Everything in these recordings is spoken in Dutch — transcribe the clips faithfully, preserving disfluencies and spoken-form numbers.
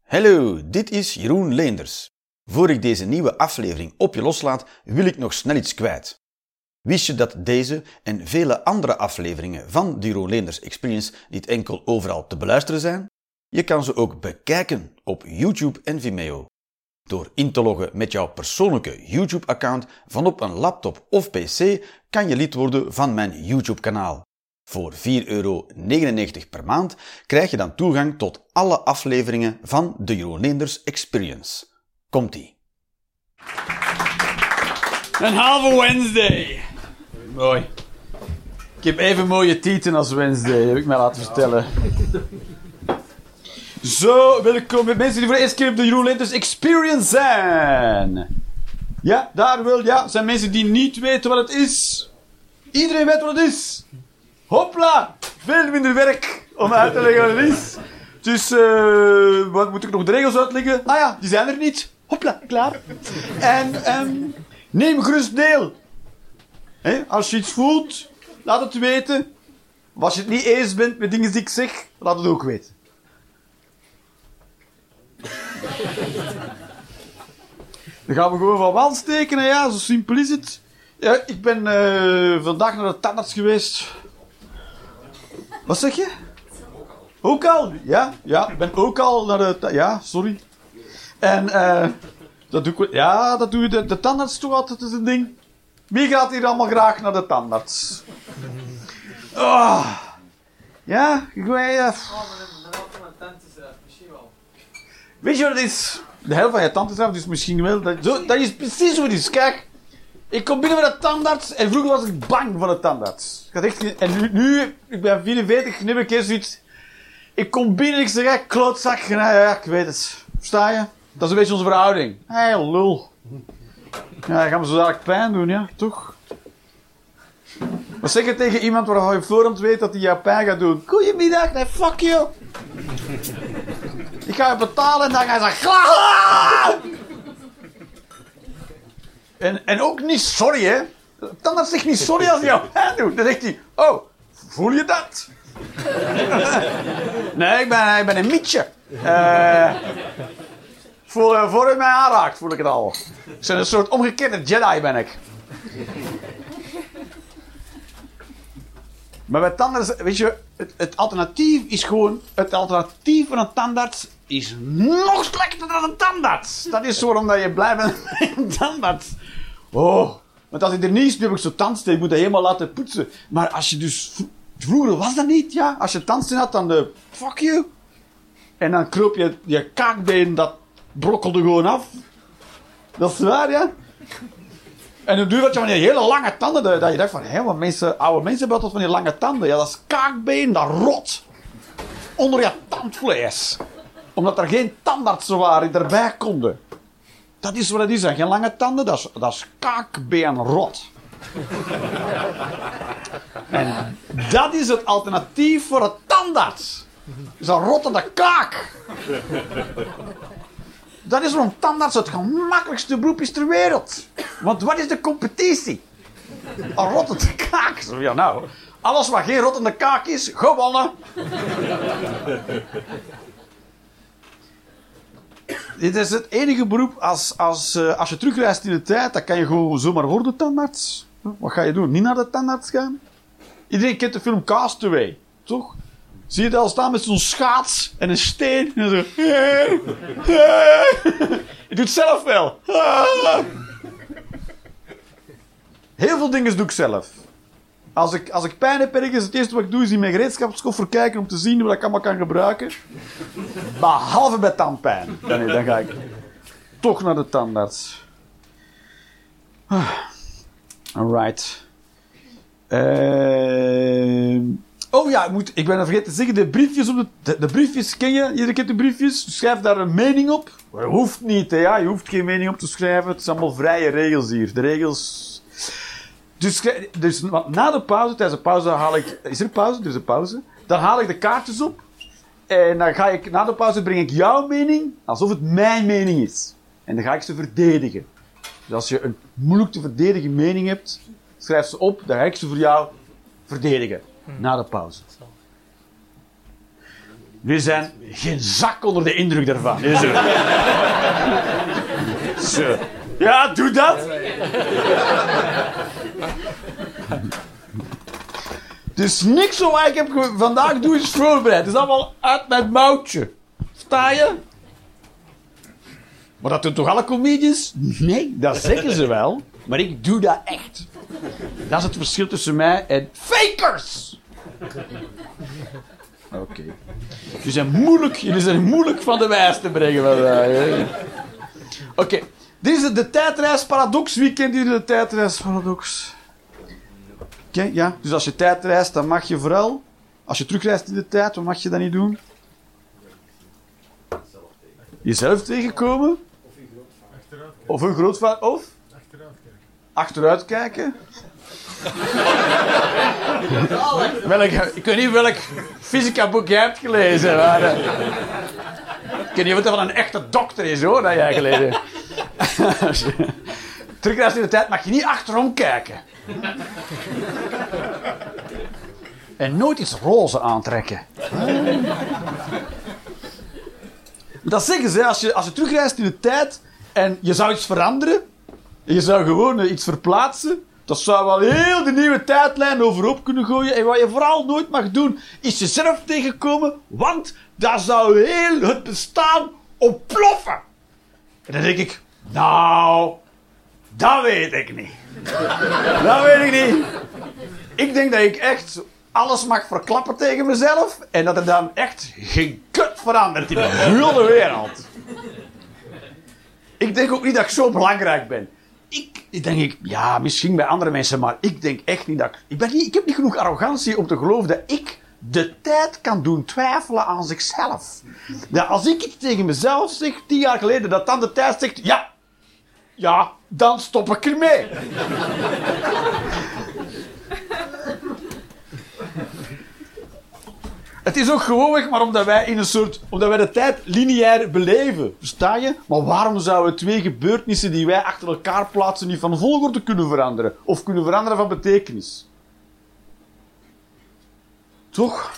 Hallo, dit is Jeroen Leenders. Voor ik deze nieuwe aflevering op je loslaat, wil ik nog snel iets kwijt. Wist je dat deze en vele andere afleveringen van de Jeroen Leenders Experience niet enkel overal te beluisteren zijn? Je kan ze ook bekijken op YouTube en Vimeo. Door in te loggen met jouw persoonlijke YouTube-account van op een laptop of pc kan je lid worden van mijn YouTube-kanaal. Voor vier euro negenennegentig per maand krijg je dan toegang tot alle afleveringen van de Jeroen Leenders Experience. Komt-ie. Een halve Wednesday. Mooi. Ik heb even mooie tieten als Wednesday, heb ik mij laten vertellen. Zo, welkom met mensen die voor de eerste keer op de Jeroen Leenders Experience zijn. Ja, daar wel, ja. Zijn mensen die niet weten wat het is. Iedereen weet wat het is. Hopla! Veel minder werk om uit te leggen wat het is. Dus, uh, wat moet ik nog de regels uitleggen? Ah ja, die zijn er niet. Hopla, klaar. En um, neem gerust deel. He, als je iets voelt, laat het weten. Of als je het niet eens bent met dingen die ik zeg, laat het ook weten. Dan gaan we gewoon van wal steken. Ja, zo simpel is het. Ja, ik ben uh, vandaag naar de tandarts geweest. Wat zeg je? Ook al? Ja, ja, ik ben ook al naar de... Ta- ja, sorry. En eh... Uh, dat doe ik... Ja, dat doe je de, de tandarts toch altijd, is een ding. Wie gaat hier allemaal graag naar de tandarts? Oh. Ja, ik weet... Uh, oh, de helft van mijn tand is eraf, misschien wel. Weet je wat het is? De helft van je tand is eraf, dus misschien wel... Dat, zo, dat is precies hoe het is. Kijk... Ik kom binnen bij de tandarts en vroeger was ik bang voor de tandarts. Ik had echt, en nu, nu, ik ben vierenveertig, nu heb ik eens zoiets. Ik kom binnen en ik zeg, hey, klootzak. En ja, ja, ik weet het. Versta je? Dat is een beetje onze verhouding. Hé, hey, lul. Ja, dan gaan we zo dadelijk pijn doen, ja, toch? Wat zeg je tegen iemand waarvan je op voorhand weet dat hij jou pijn gaat doen? Goedemiddag, nee, fuck you. Ik ga je betalen en dan ga je zeggen... En, en ook niet sorry, hè. Tandarts zegt niet sorry als hij jou pijn doet. Dan zegt hij, oh, voel je dat? Nee, ik ben, ik ben een mietje. Uh, voor, uh, voor het mij aanraakt, voel ik het al. Ik ben een soort omgekeerde Jedi, ben ik. Maar bij tandarts, weet je, het, het alternatief is gewoon... Het alternatief van een tandarts is nog slechter dan een tandarts. Dat is zo waarom dat je blij bent met een tandarts. Oh, want als ik er niet is, nu heb ik zo'n tandsteen. Ik moet dat helemaal laten poetsen. Maar als je dus... Vroeger was dat niet, ja. Als je tandsteen had, dan de... Fuck you. En dan kroop je je kaakbeen, dat brokkelde gewoon af. Dat is waar, ja. En dan doe je wat je van die hele lange tanden, dat je dacht van, hé, wat mensen, oude mensen hebben altijd van die lange tanden. Ja, dat is kaakbeen, dat rot. Onder je tandvlees. Omdat er geen tandartsen waren die erbij konden. Dat is wat het is, hè. Geen lange tanden, dat is, dat is kaakbeenrot. En dat is het alternatief voor een tandarts. Dat is een rottende kaak. Dat is waarom tandarts het gemakkelijkste beroep is ter wereld. Want wat is de competitie? Een rottende kaak. Ja, nou, alles wat geen rottende kaak is, gewonnen. Dit is het enige beroep, als, als, uh, als je terugreist in de tijd, dan kan je gewoon zomaar worden tandarts. Wat ga je doen? Niet naar de tandarts gaan? Iedereen kent de film Castaway, toch? Zie je dat al staan met zo'n schaats en een steen? En zo. Je doet het zelf wel. Heel veel dingen doe ik zelf. Als ik, als ik pijn heb ergens, het eerste wat ik doe is in mijn gereedschapskoffer kijken om te zien wat ik allemaal kan gebruiken. Behalve bij tandpijn. Dan, dan ga ik toch naar de tandarts. Alright. Uh, oh ja, ik, moet, ik ben vergeten te zeggen, de briefjes op de, de, de briefjes ken je? Iedereen kent de briefjes? Schrijf daar een mening op. Dat hoeft niet, hè, ja. Je hoeft geen mening op te schrijven. Het zijn allemaal vrije regels hier. De regels... Dus, dus na de pauze, tijdens de pauze haal ik... Is er pauze? Er is een pauze. Dan haal ik de kaartjes op. En dan ga ik, na de pauze breng ik jouw mening, alsof het mijn mening is. En dan ga ik ze verdedigen. Dus als je een moeilijk te verdedigen mening hebt, schrijf ze op, dan ga ik ze voor jou verdedigen. Na de pauze. Jullie zijn geen zak onder de indruk daarvan. Zo. Zo. Ja, doe dat. Dus niks wat ik heb ge- vandaag doe is voorbereid. Het is allemaal uit mijn mouwtje. Sta je? Maar dat doen toch alle comedians? Nee, dat zeggen ze wel. Maar ik doe dat echt. Dat is het verschil tussen mij en fakers. Oké. Okay. Jullie zijn moeilijk, jullie zijn moeilijk van de wijs te brengen vandaag. Oké. Okay. Dit is de tijdreisparadox. Wie kent hier de tijdreisparadox? Oké, okay, ja. Dus als je tijdreist, dan mag je vooral... Als je terugreist in de tijd, dan mag je dat niet doen. Jezelf tegenkomen? Of een grootvader? Of? Achteruit kijken. welk, ik weet niet welk fysica boek jij hebt gelezen. Maar, uh, ik weet niet of het van een echte dokter is, hoor, dat jij gelezen hebt. Terugreis in de tijd mag je niet achterom kijken. En nooit iets roze aantrekken. Dat zeggen ze, als je, als je terugreist in de tijd en je zou iets veranderen, en je zou gewoon uh, iets verplaatsen, dat zou wel heel de nieuwe tijdlijn overhoop kunnen gooien. En wat je vooral nooit mag doen, is jezelf tegenkomen, want daar zou heel het bestaan ontploffen. En dan denk ik, nou, dat weet ik niet. Dat weet ik niet. Ik denk dat ik echt alles mag verklappen tegen mezelf en dat er dan echt geen kut verandert in de hele wereld. Ik denk ook niet dat ik zo belangrijk ben. Ik, ik denk ik, ja, misschien bij andere mensen, maar ik denk echt niet dat ik... Ik, ben niet, ik heb niet genoeg arrogantie om te geloven dat ik de tijd kan doen twijfelen aan zichzelf. Dat als ik iets tegen mezelf zeg, tien jaar geleden, dat dan de tijd zegt, ja, ja, dan stop ik ermee. Het is ook gewoonweg maar omdat wij in een soort... Omdat wij de tijd lineair beleven. Versta je? Maar waarom zouden twee gebeurtenissen die wij achter elkaar plaatsen niet van volgorde kunnen veranderen? Of kunnen veranderen van betekenis? Toch?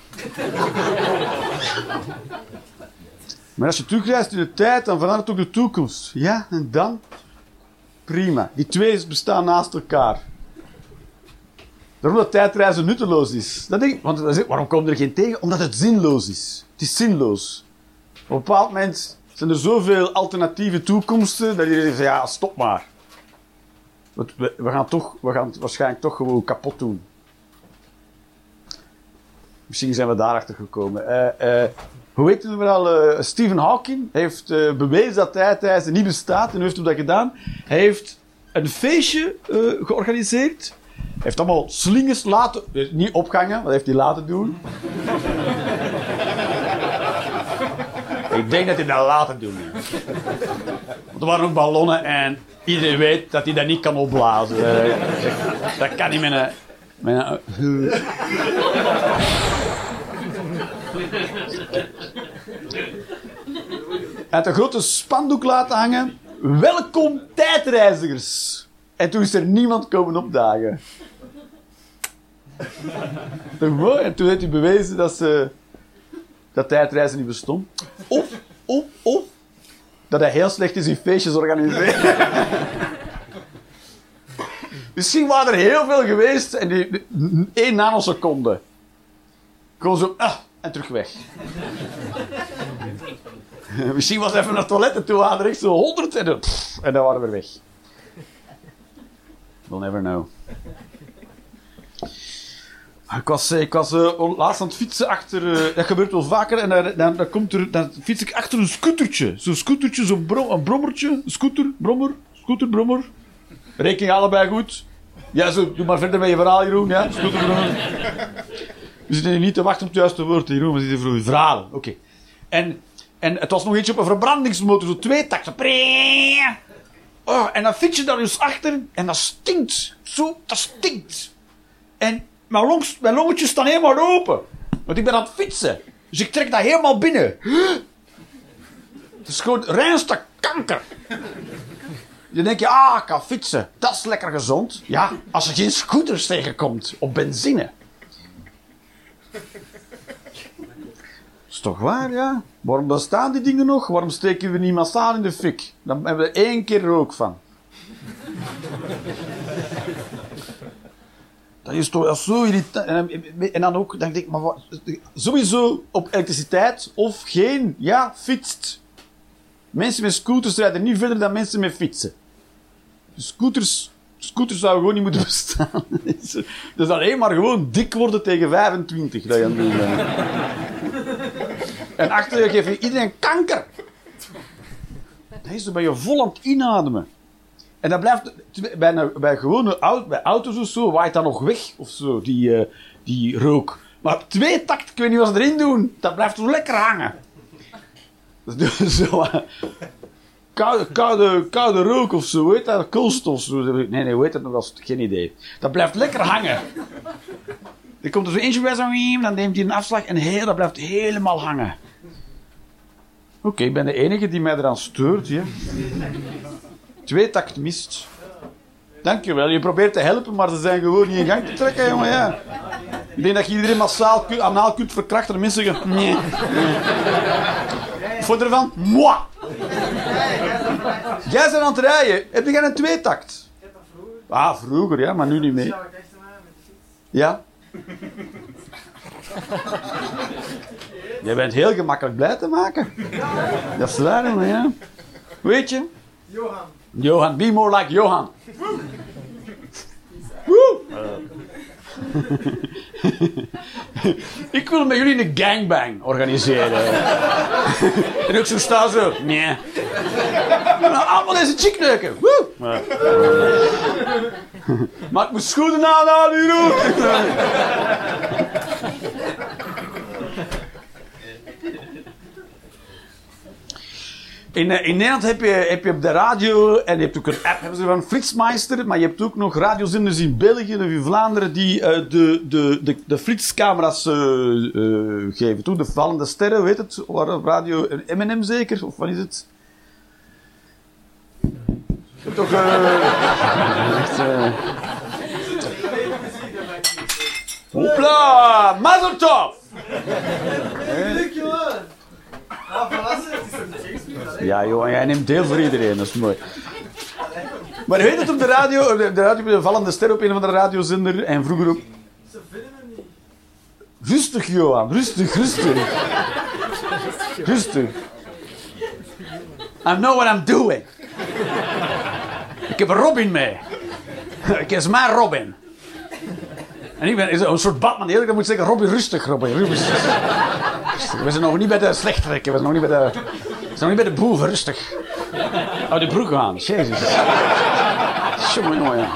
Maar als je terugreist in de tijd, dan verandert ook de toekomst. Ja, en dan? Prima. Die twee bestaan naast elkaar. Daarom dat tijdreizen nutteloos is. Dat denk ik, want waarom komen er geen tegen? Omdat het zinloos is. Het is zinloos. Op een bepaald moment zijn er zoveel alternatieve toekomsten dat iedereen zegt, ja, stop maar. We, we, gaan toch, we gaan het waarschijnlijk toch gewoon kapot doen. Misschien zijn we daarachter gekomen. Uh, uh, hoe heet het wel? Uh, Stephen Hawking heeft uh, bewezen dat tijdreizen niet bestaat. En hoe heeft hij dat gedaan? Hij heeft een feestje uh, georganiseerd. Hij heeft allemaal slingers laten... Niet opgangen, wat heeft hij laten doen? Ik denk dat hij dat laten doen. Want er waren ook ballonnen en iedereen weet dat hij dat niet kan opblazen. Uh, dat kan niet met een... Met een uh. Hij had een grote spandoek laten hangen. Welkom tijdreizigers. En toen is er niemand komen opdagen. Toch mooi? En toen heeft hij bewezen dat, ze, dat tijdreizen niet bestond. Of, of, of dat hij heel slecht is in feestjes organiseren. Misschien waren er heel veel geweest en die, die, één nanoseconde. Gewoon zo, ah, en terug weg. Misschien was hij even naar het toilet en toen waren er echt zo honderd en, pff, en dan waren we weg. We'll never know. Ik was, ik was uh, laatst aan het fietsen achter... Uh, dat gebeurt wel vaker. En dan, dan, dan, komt er, dan fiets ik achter een scootertje. Zo'n scootertje, zo'n bro, een brommertje. Een scooter, brommer, scooter, brommer. Rekening allebei goed. Ja, zo, doe maar verder met je verhaal, Jeroen. Ja, scooter, brommer. We zitten hier niet te wachten op het juiste woord, Jeroen. We zitten voor je verhalen. Oké. Okay. En, en het was nog eentje op een verbrandingsmotor. Zo twee takten. Oh, en dan fiets je daar dus achter en dat stinkt. Zo, dat stinkt. En mijn, longs, mijn longetjes staan helemaal open. Want ik ben aan het fietsen. Dus ik trek dat helemaal binnen. Het is gewoon reinste kanker. Dan denk je, ah, ik kan fietsen. Dat is lekker gezond. Ja, als er geen scooters tegenkomt op benzine. toch waar, ja? Waarom bestaan die dingen nog? Waarom steken we niet massaal in de fik? Dan hebben we één keer rook van. Dat is toch zo irritant. En, en dan ook, dan denk ik, maar wat, sowieso op elektriciteit of geen, ja, fietst. Mensen met scooters rijden niet verder dan mensen met fietsen. Scooters, scooters zouden gewoon niet moeten bestaan. Dat is alleen maar gewoon dik worden tegen vijfentwintig. Dat je aan het doen bent. En achter je geef je iedereen kanker. Dat is zo bij je vol aan het inademen. En dat blijft, bij, een, bij gewone auto, bij auto's of zo, waait dat nog weg, of zo, die, uh, die rook. Maar op twee takt, ik weet niet wat ze erin doen, dat blijft zo lekker hangen. Dus zo, uh, koude, koude, koude rook of zo, weet dat, koolstof. Nee, nee, hoe heet dat nog, dat is geen idee. Dat blijft lekker hangen. Er komt er zo eentje bij, zo, dan neemt hij een afslag en heel, dat blijft helemaal hangen. Oké, okay, ik ben de enige die mij eraan steurt, ja. Twee takt mist. Dankjewel, je probeert te helpen, maar ze zijn gewoon niet in gang te trekken, jongen, ja. Ik denk dat je iedereen massaal ku- anaal kunt verkrachten. De mensen zeggen, nee. nee. Vond ervan? Moi. Jij bent aan het rijden. Heb jij een tweetakt? Ik heb dat vroeger. Ah, vroeger, ja, maar nu niet meer. Zou ik echt aan met de fiets? Ja? Jij bent heel gemakkelijk blij te maken. Dat is waar, jongen, ja. Weet je? Johan. Johan, be more like Johan. Woe! Ik wil met jullie een gangbang organiseren. En ook zo staan zo. Nee. Nou, allemaal deze chick neuken. Woe! Maak mijn schoenen aan, aan hier ook. In, uh, in Nederland heb je, heb je op de radio, en je hebt ook een app hebben ze van Flitsmeister, maar je hebt ook nog radiozenders in België of in Vlaanderen die uh, de, de, de, de flitscamera's uh, uh, geven. Toen de vallende sterren, hoe heet het? Op radio M en M zeker? Of wat is het? Je hebt toch... Uh, echt, uh... Hopla! Mazel tov! Leuk, jongen! Ah, verrassend, het is een Shakespeare. Ja, joh, jij neemt deel voor iedereen, dat is mooi. Maar je weet het op de radio, op de, de radio de vallende ster op een of andere radiozender en vroeger ook. Ze vinden hem niet. Rustig, Johan, rustig, rustig. Rustig. I know what I'm doing. Ik heb een Robin mee. Ik is mijn Robin. En ik ben een soort Batman die elke keer moet zeggen, Robin, rustig, Robin, rustig. We zijn nog niet bij de slechterikken, we zijn nog niet bij de... We zijn nog niet bij de boeven, rustig. Hou die broek aan, jezus. Jongen, jongen, ja.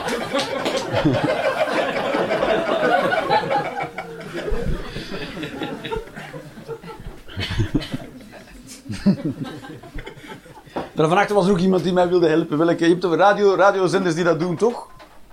Maar vannacht was er ook iemand die mij wilde helpen. Welke? Je hebt toch radio, radiozenders die dat doen, toch?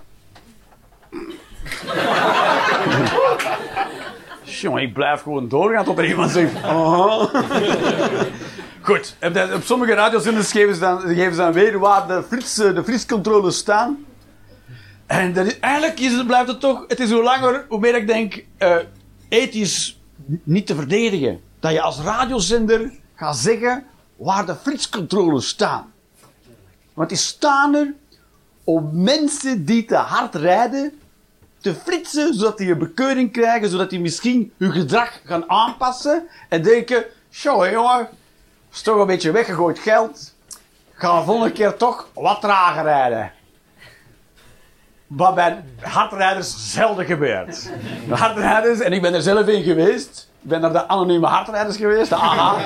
Jongen, ik blijf gewoon doorgaan tot er iemand zegt... Oh. Goed, op sommige radiozenders geven ze dan, geven ze dan weer waar de, flits, de flitscontroles staan. En dat is, eigenlijk is het, blijft het toch... Het is hoe langer, hoe meer ik denk... Uh, ethisch niet te verdedigen. Dat je als radiozender gaat zeggen... waar de flitscontroles staan. Want die staan er... om mensen die te hard rijden... te flitsen, zodat die een bekeuring krijgen, zodat die misschien hun gedrag gaan aanpassen en denken, zo jongen, is toch een beetje weggegooid geld, gaan we volgende keer toch wat trager rijden. Wat bij hardrijders zelden gebeurt. De hardrijders, en ik ben er zelf in geweest, ik ben naar de anonieme hardrijders geweest, de A H.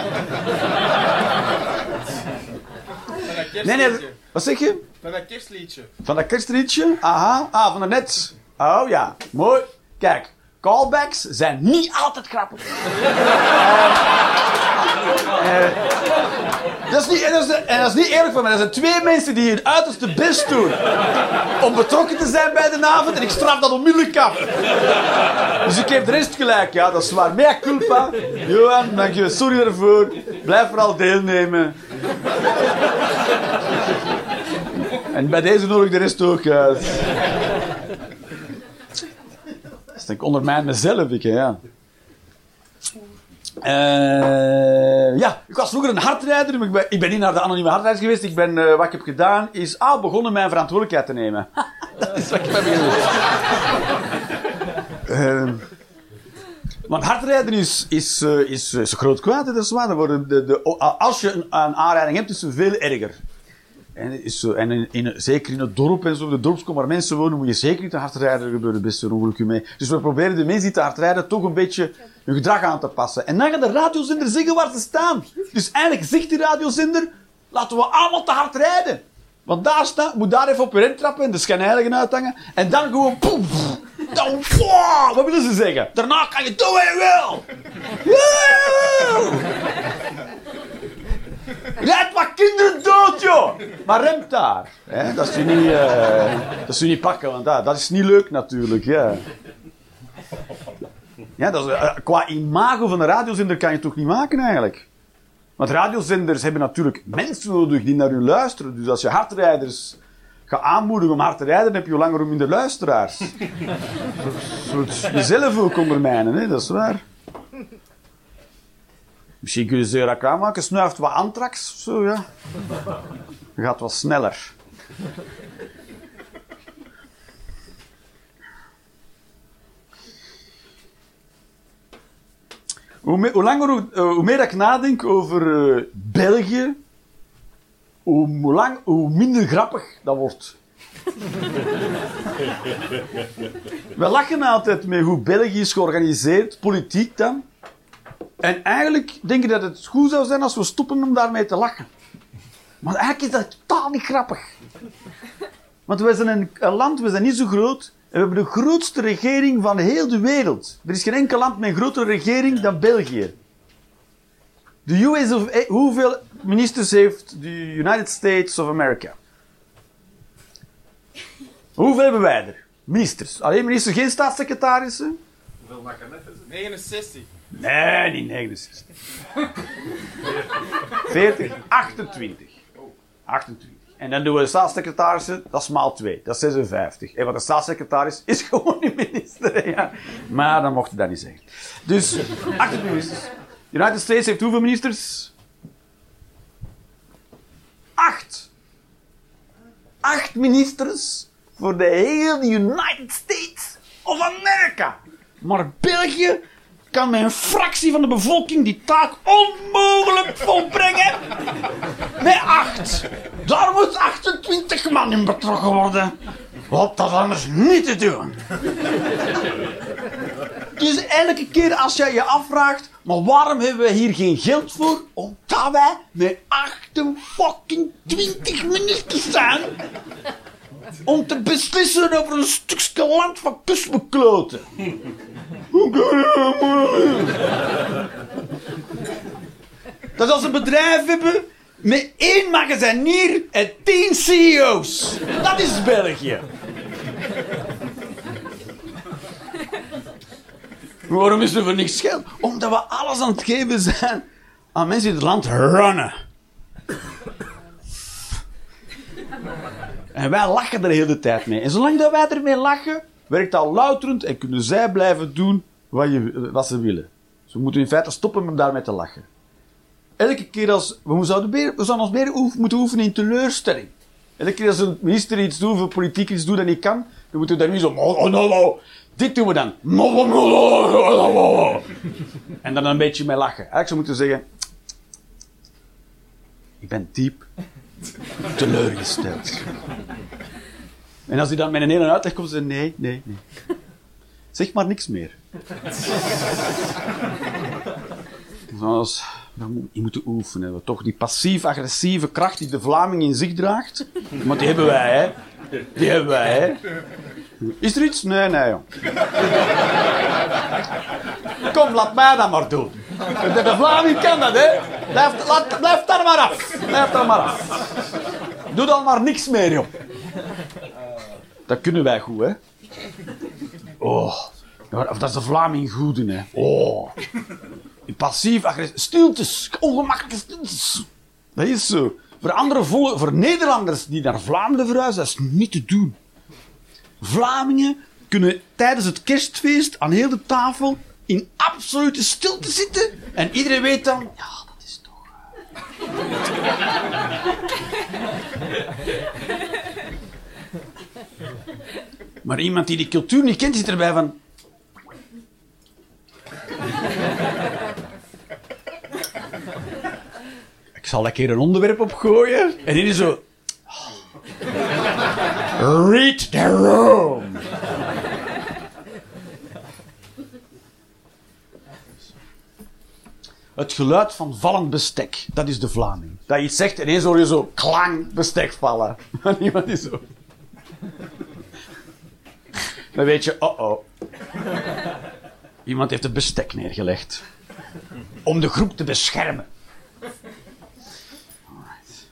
Nee, nee, wat zeg je? Van dat kerstliedje. Van dat kerstliedje? Aha, ah, van de net. Oh ja, mooi. Kijk, callbacks zijn niet altijd grappig. uh, uh, dat is niet, en, dat is, en dat is niet eerlijk van mij. Er zijn twee mensen die hun uiterste best doen om betrokken te zijn bij de avond en ik straf dat onmiddellijk af. Dus ik heb de rest gelijk. Ja, dat is waar. Mea culpa. Johan, dank je. Sorry daarvoor. Blijf vooral deelnemen. En bij deze nodig de rest ook uit. Dus ik ondermijn mezelf, ik, ja. Uh, ja, ik was vroeger een hardrijder. Maar ik, ben, ik ben niet naar de anonieme hardrijders geweest. Ik ben, uh, wat ik heb gedaan is ah, begonnen mijn verantwoordelijkheid te nemen. Dat is wat ik heb gedaan. uh, want hardrijden is, is, uh, is, is groot kwaad. Dat is waar. De, de, de, als je een, een aanrijding hebt, is het veel erger. En, is zo, en in, in, zeker in het dorp en zo, de dorpskom waar mensen wonen, moet je zeker niet te hard rijden. Er gebeuren best een ongelukje mee. Dus we proberen de mensen die te hard rijden toch een beetje hun gedrag aan te passen. En dan gaat de radiozender zeggen waar ze staan. Dus eigenlijk zegt die radiozender, laten we allemaal te hard rijden. Want daar staat, moet daar even op je rem trappen en de schijnheiligen uithangen. En dan gewoon, poef, dan, wow, wat willen ze zeggen? Daarna kan je doen wat je wil. Yeah! Rijd wat kinderen dood, joh! Maar remt daar. Hè? Dat is je niet, uh, dat is je niet pakken, want uh, dat is niet leuk natuurlijk. Ja. Ja, dat is, uh, qua imago van de radiozender kan je het toch niet maken eigenlijk. Want radiozenders hebben natuurlijk mensen nodig die naar u luisteren. Dus als je hardrijders gaat aanmoedigen om hard te rijden, dan heb je hoe langer hoe minder luisteraars. Zodat jezelf ook ondermijnen, hè? Dat is waar. Misschien kun je ze reclame maken, snuift wat antrax of zo, ja. Dan gaat wat sneller. Hoe, me, hoe langer, hoe, uh, hoe meer ik nadenk over uh, België, hoe, hoe, lang, hoe minder grappig dat wordt. We lachen altijd met hoe België is georganiseerd, politiek dan. En eigenlijk denk ik dat het goed zou zijn als we stoppen om daarmee te lachen. Maar eigenlijk is dat totaal niet grappig. Want wij zijn een, een land, we zijn niet zo groot. En we hebben de grootste regering van heel de wereld. Er is geen enkel land met een grotere regering dan België. De U S of A, hoeveel ministers heeft de United States of America? Hoeveel hebben wij er? Ministers. Alleen ministers, geen staatssecretarissen? Hoeveel makkenetten? negenenzestig. Nee, niet negenenzestig. veertig, achtentwintig. achtentwintig. En dan doen we de staatssecretarissen, dat is maal twee, dat is zesenvijftig. En want de staatssecretaris is gewoon een minister. Ja. Maar dan mocht je dat niet zeggen. Dus, achtentwintig ministers. De United States heeft hoeveel ministers? Acht. Acht ministers voor de hele United States of America. Maar België kan met een fractie van de bevolking die taak onmogelijk volbrengen. Met acht. Daar moet achtentwintig man in betrokken worden. Wat dat anders niet te doen. Dus elke keer als jij je afvraagt, maar waarom hebben we hier geen geld voor? Omdat wij met achtentwintig ministers zijn. Om te beslissen over een stukje land van kusbekloten. Dat als een bedrijf hebben met één magazijnier en tien C E O's. Dat is België. Waarom is er voor niks geld? Omdat we alles aan het geven zijn aan mensen die het land runnen. En wij lachen er de hele tijd mee. En zolang dat wij ermee lachen, werkt dat louterend en kunnen zij blijven doen wat, je, wat ze willen. Dus we moeten in feite stoppen om daarmee te lachen. Elke keer als... We zouden, meer, we zouden ons meer oef, moeten oefenen in teleurstelling. Elke keer als een minister iets doet, of politiek iets doet dat niet kan, dan moeten we daar niet zo... Oh, oh, oh, oh. Dit doen we dan. En dan een beetje mee lachen. Eigenlijk zou moeten zeggen... Ik ben diep teleurgesteld. En als hij dan met een hele uitleg komt, zeggen nee, nee, nee. Zeg maar niks meer. Zoals, dan je moet oefenen. We toch die passief-agressieve kracht die de Vlaming in zich draagt. Maar die hebben wij, hè. Die hebben wij, hè. Is er iets? Nee, nee, joh. Kom, laat mij dat maar doen. De, de Vlaming kan dat, hè. Blijf, laat, blijf daar maar af. Blijf daar maar af. Doe dan maar niks meer, joh. Dat kunnen wij goed, hè. Oh. Of dat is de Vlaming goed doen, hè. Oh. Passief, agressief. Stiltes. Ongemakkelijke stiltes. Dat is zo. Voor andere volken, voor Nederlanders die naar Vlaanderen verhuizen, dat is niet te doen. Vlamingen kunnen tijdens het kerstfeest aan heel de tafel in absolute stilte zitten. En iedereen weet dan... Ja, dat is toch... Maar iemand die die cultuur niet kent, zit erbij van... Ik zal een keer een onderwerp opgooien. En die is zo... Read the room. Het geluid van vallend bestek. Dat is de Vlaming. Dat je iets zegt en ineens hoor je zo klang bestek vallen. En iemand is zo... Dan weet je, oh oh. Iemand heeft het bestek neergelegd. Om de groep te beschermen. Alright.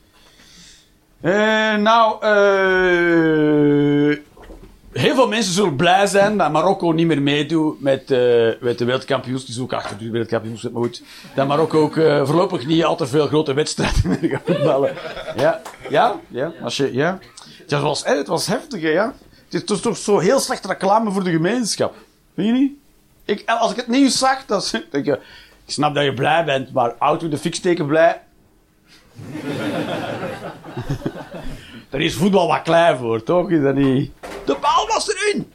Uh, nou, uh, heel veel mensen zullen blij zijn dat Marokko niet meer meedoet met, uh, met de wereldkampioens. Die is ook achter de wereldkampioens, maar goed. Dat Marokko ook uh, voorlopig niet al te veel grote wedstrijden meer gaat voetballen. Ja, ja, ja. Als je, ja. Het was, het was heftig, hè, ja. Het is toch zo heel slechte reclame voor de gemeenschap. Vind je niet? Ik, als ik het nieuws zag, dan denk ik... Ik snap dat je blij bent, maar auto in de fik steken blij... Daar is voetbal wat klein voor, toch? Is dat niet... De bal was erin!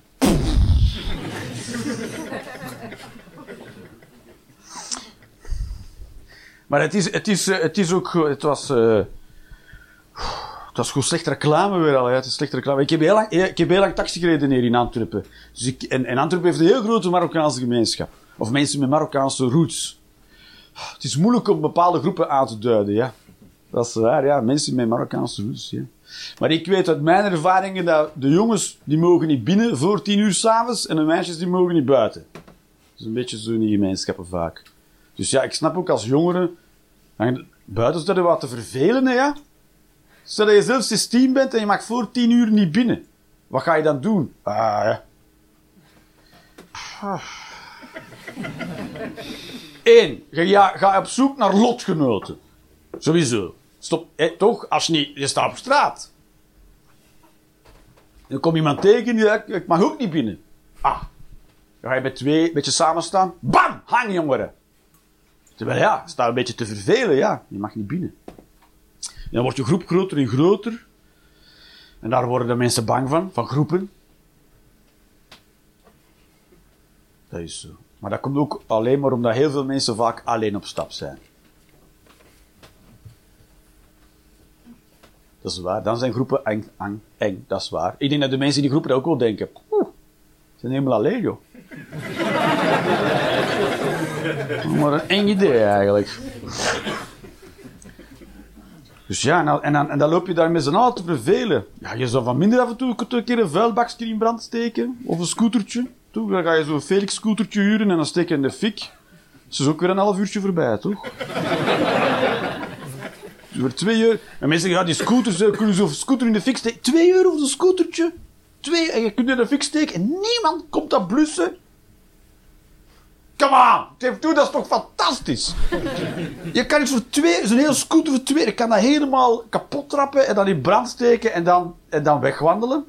Maar het is, het is, het is ook... Het was... Uh, Het was gewoon slechte reclame weer al. Ja. Het is slechte reclame. Ik heb heel lang, ik heb heel lang taxi gereden hier in Antwerpen. Dus ik, en, en Antwerpen heeft een heel grote Marokkaanse gemeenschap. Of mensen met Marokkaanse roots. Het is moeilijk om bepaalde groepen aan te duiden. Ja. Dat is waar, ja. Mensen met Marokkaanse roots. Ja. Maar ik weet uit mijn ervaringen dat de jongens die mogen niet binnen voor tien uur s'avonds en de meisjes die mogen niet buiten. Dat is een beetje zo in die gemeenschappen vaak. Dus ja, ik snap ook als jongeren... Buiten is dat wat te vervelen, hè, ja. Stel dat je zelf zestien bent en je mag voor tien uur niet binnen. Wat ga je dan doen? Ah, ja. Eén. Ga, ga op zoek naar lotgenoten. Sowieso. Stop. Eh, toch? Als je niet... Je staat op straat. Dan komt iemand tegen die zegt, ik mag ook niet binnen. Ah. Dan ga je met twee een beetje samen staan. Bam! Hang, jongeren. Terwijl ja, je staat een beetje te vervelen. Ja, je mag niet binnen. En dan wordt je groep groter en groter. En daar worden de mensen bang van, van groepen. Dat is zo. Maar dat komt ook alleen maar omdat heel veel mensen vaak alleen op stap zijn. Dat is waar. Dan zijn groepen eng, eng, eng. Dat is waar. Ik denk dat de mensen in die groepen dat ook wel denken. Oeh, ze zijn helemaal alleen, joh. Maar een eng idee, eigenlijk. Dus ja, en dan, en, dan, en dan loop je daar met z'n allen te vervelen. Ja, je zou van minder af en toe een keer een vuilbakje in brand steken. Of een scootertje. Toe, dan ga je zo'n Felix-scootertje huren en dan steek je in de fik. Dat is ook weer een half uurtje voorbij, toch? Dus voor twee euro. En mensen zeggen, ja, die scooters, kunnen zo'n scooter in de fik steken. Twee euro voor zo'n scootertje. Twee, en je kunt in de fik steken en niemand komt dat blussen. Come on! Geef toe, dat is toch fantastisch? Je kan iets voor twee, zo'n hele scooter voor twee, je kan dat helemaal kapot trappen en dan in brand steken en dan, en dan wegwandelen.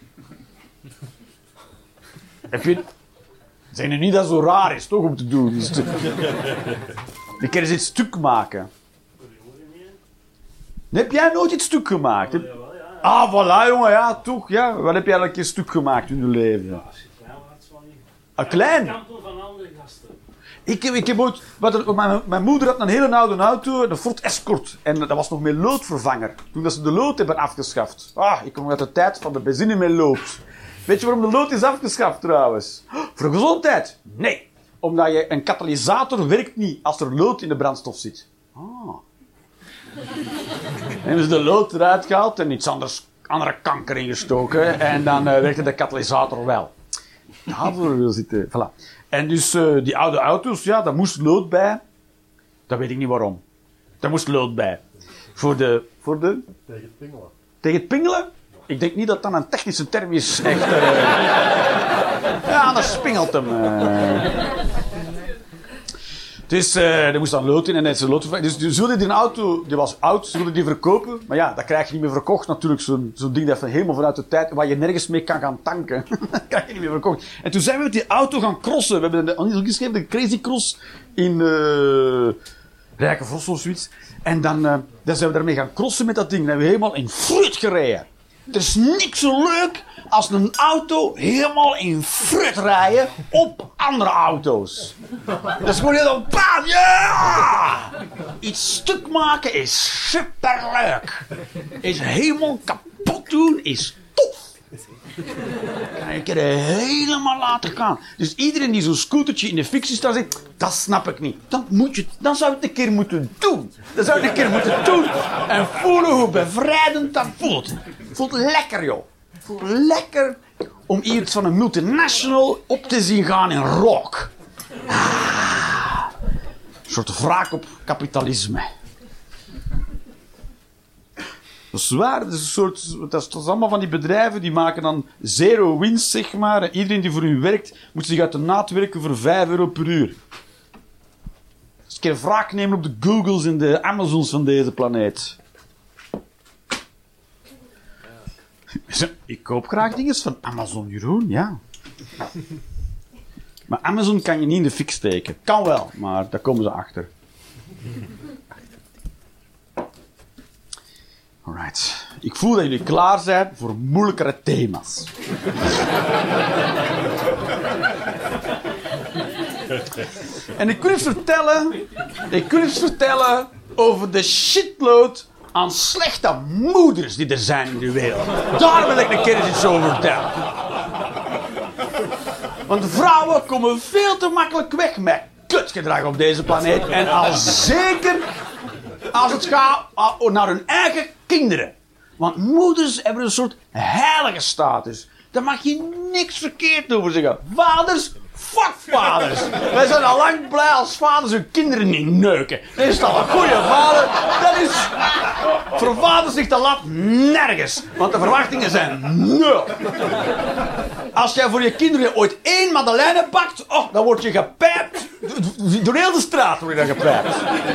Heb je... Zeg nu niet dat het zo raar is, toch, om te doen. Dus te... Je kan eens iets stuk maken. Heb jij nooit iets stuk gemaakt? Heb... Ah, voilà, jongen, ja, toch, ja. Wat heb jij eigenlijk een stuk gemaakt in je leven? Een klein? Ik heb, ik heb ooit... Wat, mijn, mijn moeder had een hele oude auto, een Ford Escort. En dat was nog met loodvervanger. Toen dat ze de lood hebben afgeschaft. Ah, ik kom uit de tijd van de benzine met lood. Weet je waarom de lood is afgeschaft, trouwens? Voor gezondheid? Nee. Omdat je, een katalysator werkt niet als er lood in de brandstof zit. Ah. Dan hebben ze de lood eruit gehaald en iets anders, andere kanker ingestoken. En dan uh, werkte de katalysator wel. Daarvoor zitten... Voilà. En dus uh, die oude auto's, ja, daar moest lood bij. Dat weet ik niet waarom. Daar moest lood bij. Voor de... Voor de... Tegen het pingelen. Tegen het pingelen? Ik denk niet dat dat een technische term is. Echt... Uh... Ja, dat spingelt hem. Uh... Dus uh, er moest dan lood in en hij is lood vervangen. Dus ze wilden die auto, die was oud, ze wilden die verkopen. Maar ja, dat krijg je niet meer verkocht natuurlijk. Zo'n zo'n ding dat van helemaal vanuit de tijd, waar je nergens mee kan gaan tanken. Dat krijg je niet meer verkocht. En toen zijn we met die auto gaan crossen. We hebben al niet geschreven, de Crazy Cross in uh, Rijkenvossen of zoiets. En dan, uh, dan zijn we daarmee gaan crossen met dat ding. Dan hebben we helemaal in fruit gereden. Er is niks zo leuk als een auto helemaal in fruit rijden op andere auto's. Dat is gewoon heel baan. Ja! Iets stuk maken is superleuk. Is helemaal kapot doen is tof. Kan je er helemaal laten gaan. Dus iedereen die zo'n scootertje in de fictie staat zegt, dat snap ik niet. Dan, moet je, dan zou je het een keer moeten doen. Dan zou je het een keer moeten doen. En voelen hoe bevrijdend dat voelt. Voelt lekker, joh. Voelt lekker om iets van een multinational op te zien gaan in rock. Ah, een soort wraak op kapitalisme. Dat is waar, dat is een soort, dat is, dat is allemaal van die bedrijven die maken dan zero winst, zeg maar. En iedereen die voor u werkt, moet zich uit de naad werken voor vijf euro per uur. Dus een keer wraak nemen op de Googles en de Amazons van deze planeet. Ik koop graag dingen van Amazon, Jeroen, ja. Maar Amazon kan je niet in de fik steken. Kan wel, maar daar komen ze achter. Alright. Ik voel dat jullie klaar zijn voor moeilijkere thema's. En ik wil eens vertellen... Ik wil eens vertellen over de shitload aan slechte moeders die er zijn in de wereld. Daar wil ik een keer eens iets over vertellen. Want vrouwen komen veel te makkelijk weg met kutgedrag op deze planeet. En al zeker als het gaat naar hun eigen kinderen. Want moeders hebben een soort heilige status. Daar mag je niks verkeerd over zeggen. Vaders, fuck vaders. Wij zijn al lang blij als vaders hun kinderen niet neuken. Dat is toch een goede vader. Dat is... Voor vaders ligt de lat nergens. Want de verwachtingen zijn nul. Als jij voor je kinderen ooit één madeleine pakt, oh, dan word je gepijpt. Door heel de straat word je dan gepijpt.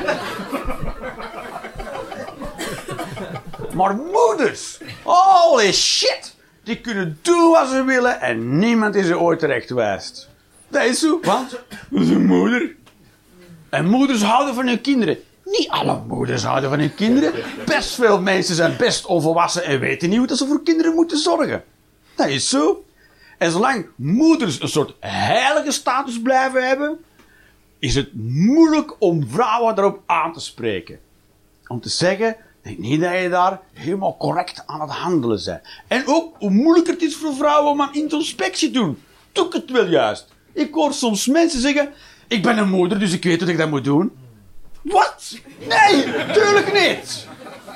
Maar moeders, holy shit, die kunnen doen wat ze willen en niemand is er ooit terecht wijst. Dat is zo, want dat is een moeder. En moeders houden van hun kinderen. Niet alle moeders houden van hun kinderen. Best veel mensen zijn best onvolwassen en weten niet hoe ze voor kinderen moeten zorgen. Dat is zo. En zolang moeders een soort heilige status blijven hebben, is het moeilijk om vrouwen daarop aan te spreken. Om te zeggen, ik denk niet dat je daar helemaal correct aan het handelen bent. En ook hoe moeilijker het is voor vrouwen om aan introspectie te doen. Doe ik het wel juist. Ik hoor soms mensen zeggen, ik ben een moeder, dus ik weet dat ik dat moet doen. Wat? Nee, tuurlijk niet.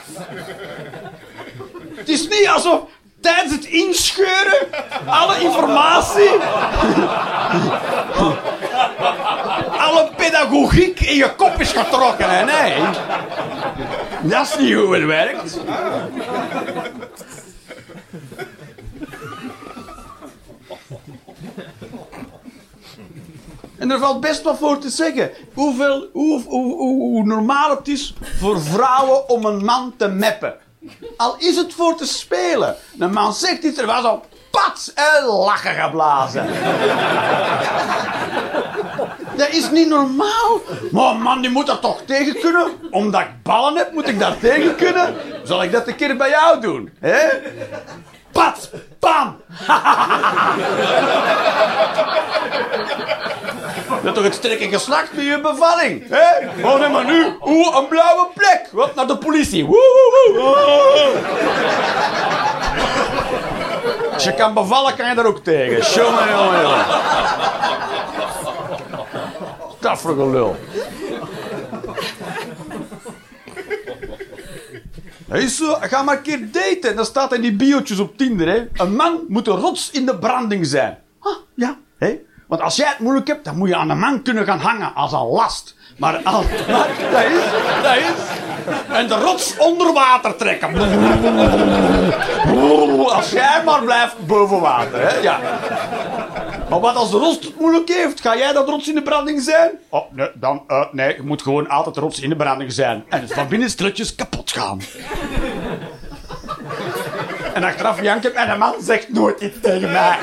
Het is niet alsof tijdens het inscheuren alle informatie, alle pedagogiek in je kop is getrokken. Hè? Nee, dat is niet hoe het werkt. En er valt best wat voor te zeggen. Hoeveel, hoe, hoe, hoe, hoe normaal het is voor vrouwen om een man te meppen. Al is het voor te spelen. Een man zegt iets, er was al pats en lachen geblazen. Dat is niet normaal. Maar man, die moet er toch tegen kunnen. Omdat ik ballen heb, moet ik daar tegen kunnen. Zal ik dat een keer bij jou doen? Hè? Pats, bam. Dat is toch het sterke geslacht bij je bevalling, hè? Oh nee, maar nu, oeh, een blauwe plek. Wat, naar de politie. Woe, woe, woe. Als je kan bevallen, kan je daar ook tegen. Jongen, jongen, jongen. Taffere lul. Hey, zo, ga maar een keer daten. Dat staat in die biootjes op Tinder, hè. Een man moet een rots in de branding zijn. Ah, ja, hè. Want als jij het moeilijk hebt, dan moet je aan een man kunnen gaan hangen als een last. Maar, als, maar dat is, dat is. En de rots onder water trekken. Als jij maar blijft boven water, hè. Ja. Maar wat als de rots het moeilijk heeft? Ga jij dat rots in de branding zijn? Oh, nee, dan, uh, nee, je moet gewoon altijd rots in de branding zijn. En het van binnen stilletjes kapot gaan. En achteraf janken en de man zegt nooit iets tegen mij.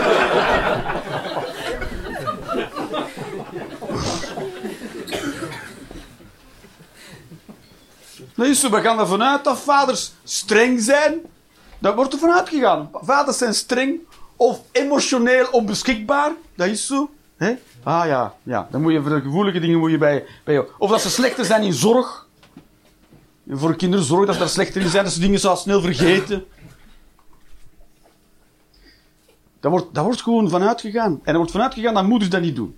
Dat is zo, we gaan ervan uit dat vaders streng zijn. Daar wordt er vanuit gegaan. Vaders zijn streng of emotioneel onbeschikbaar. Dat is zo. Hè? Ah ja, ja, dan moet je voor de gevoelige dingen moet je bij, bij jou. Of dat ze slechter zijn in zorg. Voor kinderen zorg dat ze daar slechter in zijn, dat ze dingen zo snel vergeten. Daar wordt, daar wordt gewoon vanuit gegaan. En er wordt vanuit gegaan dat moeders dat niet doen.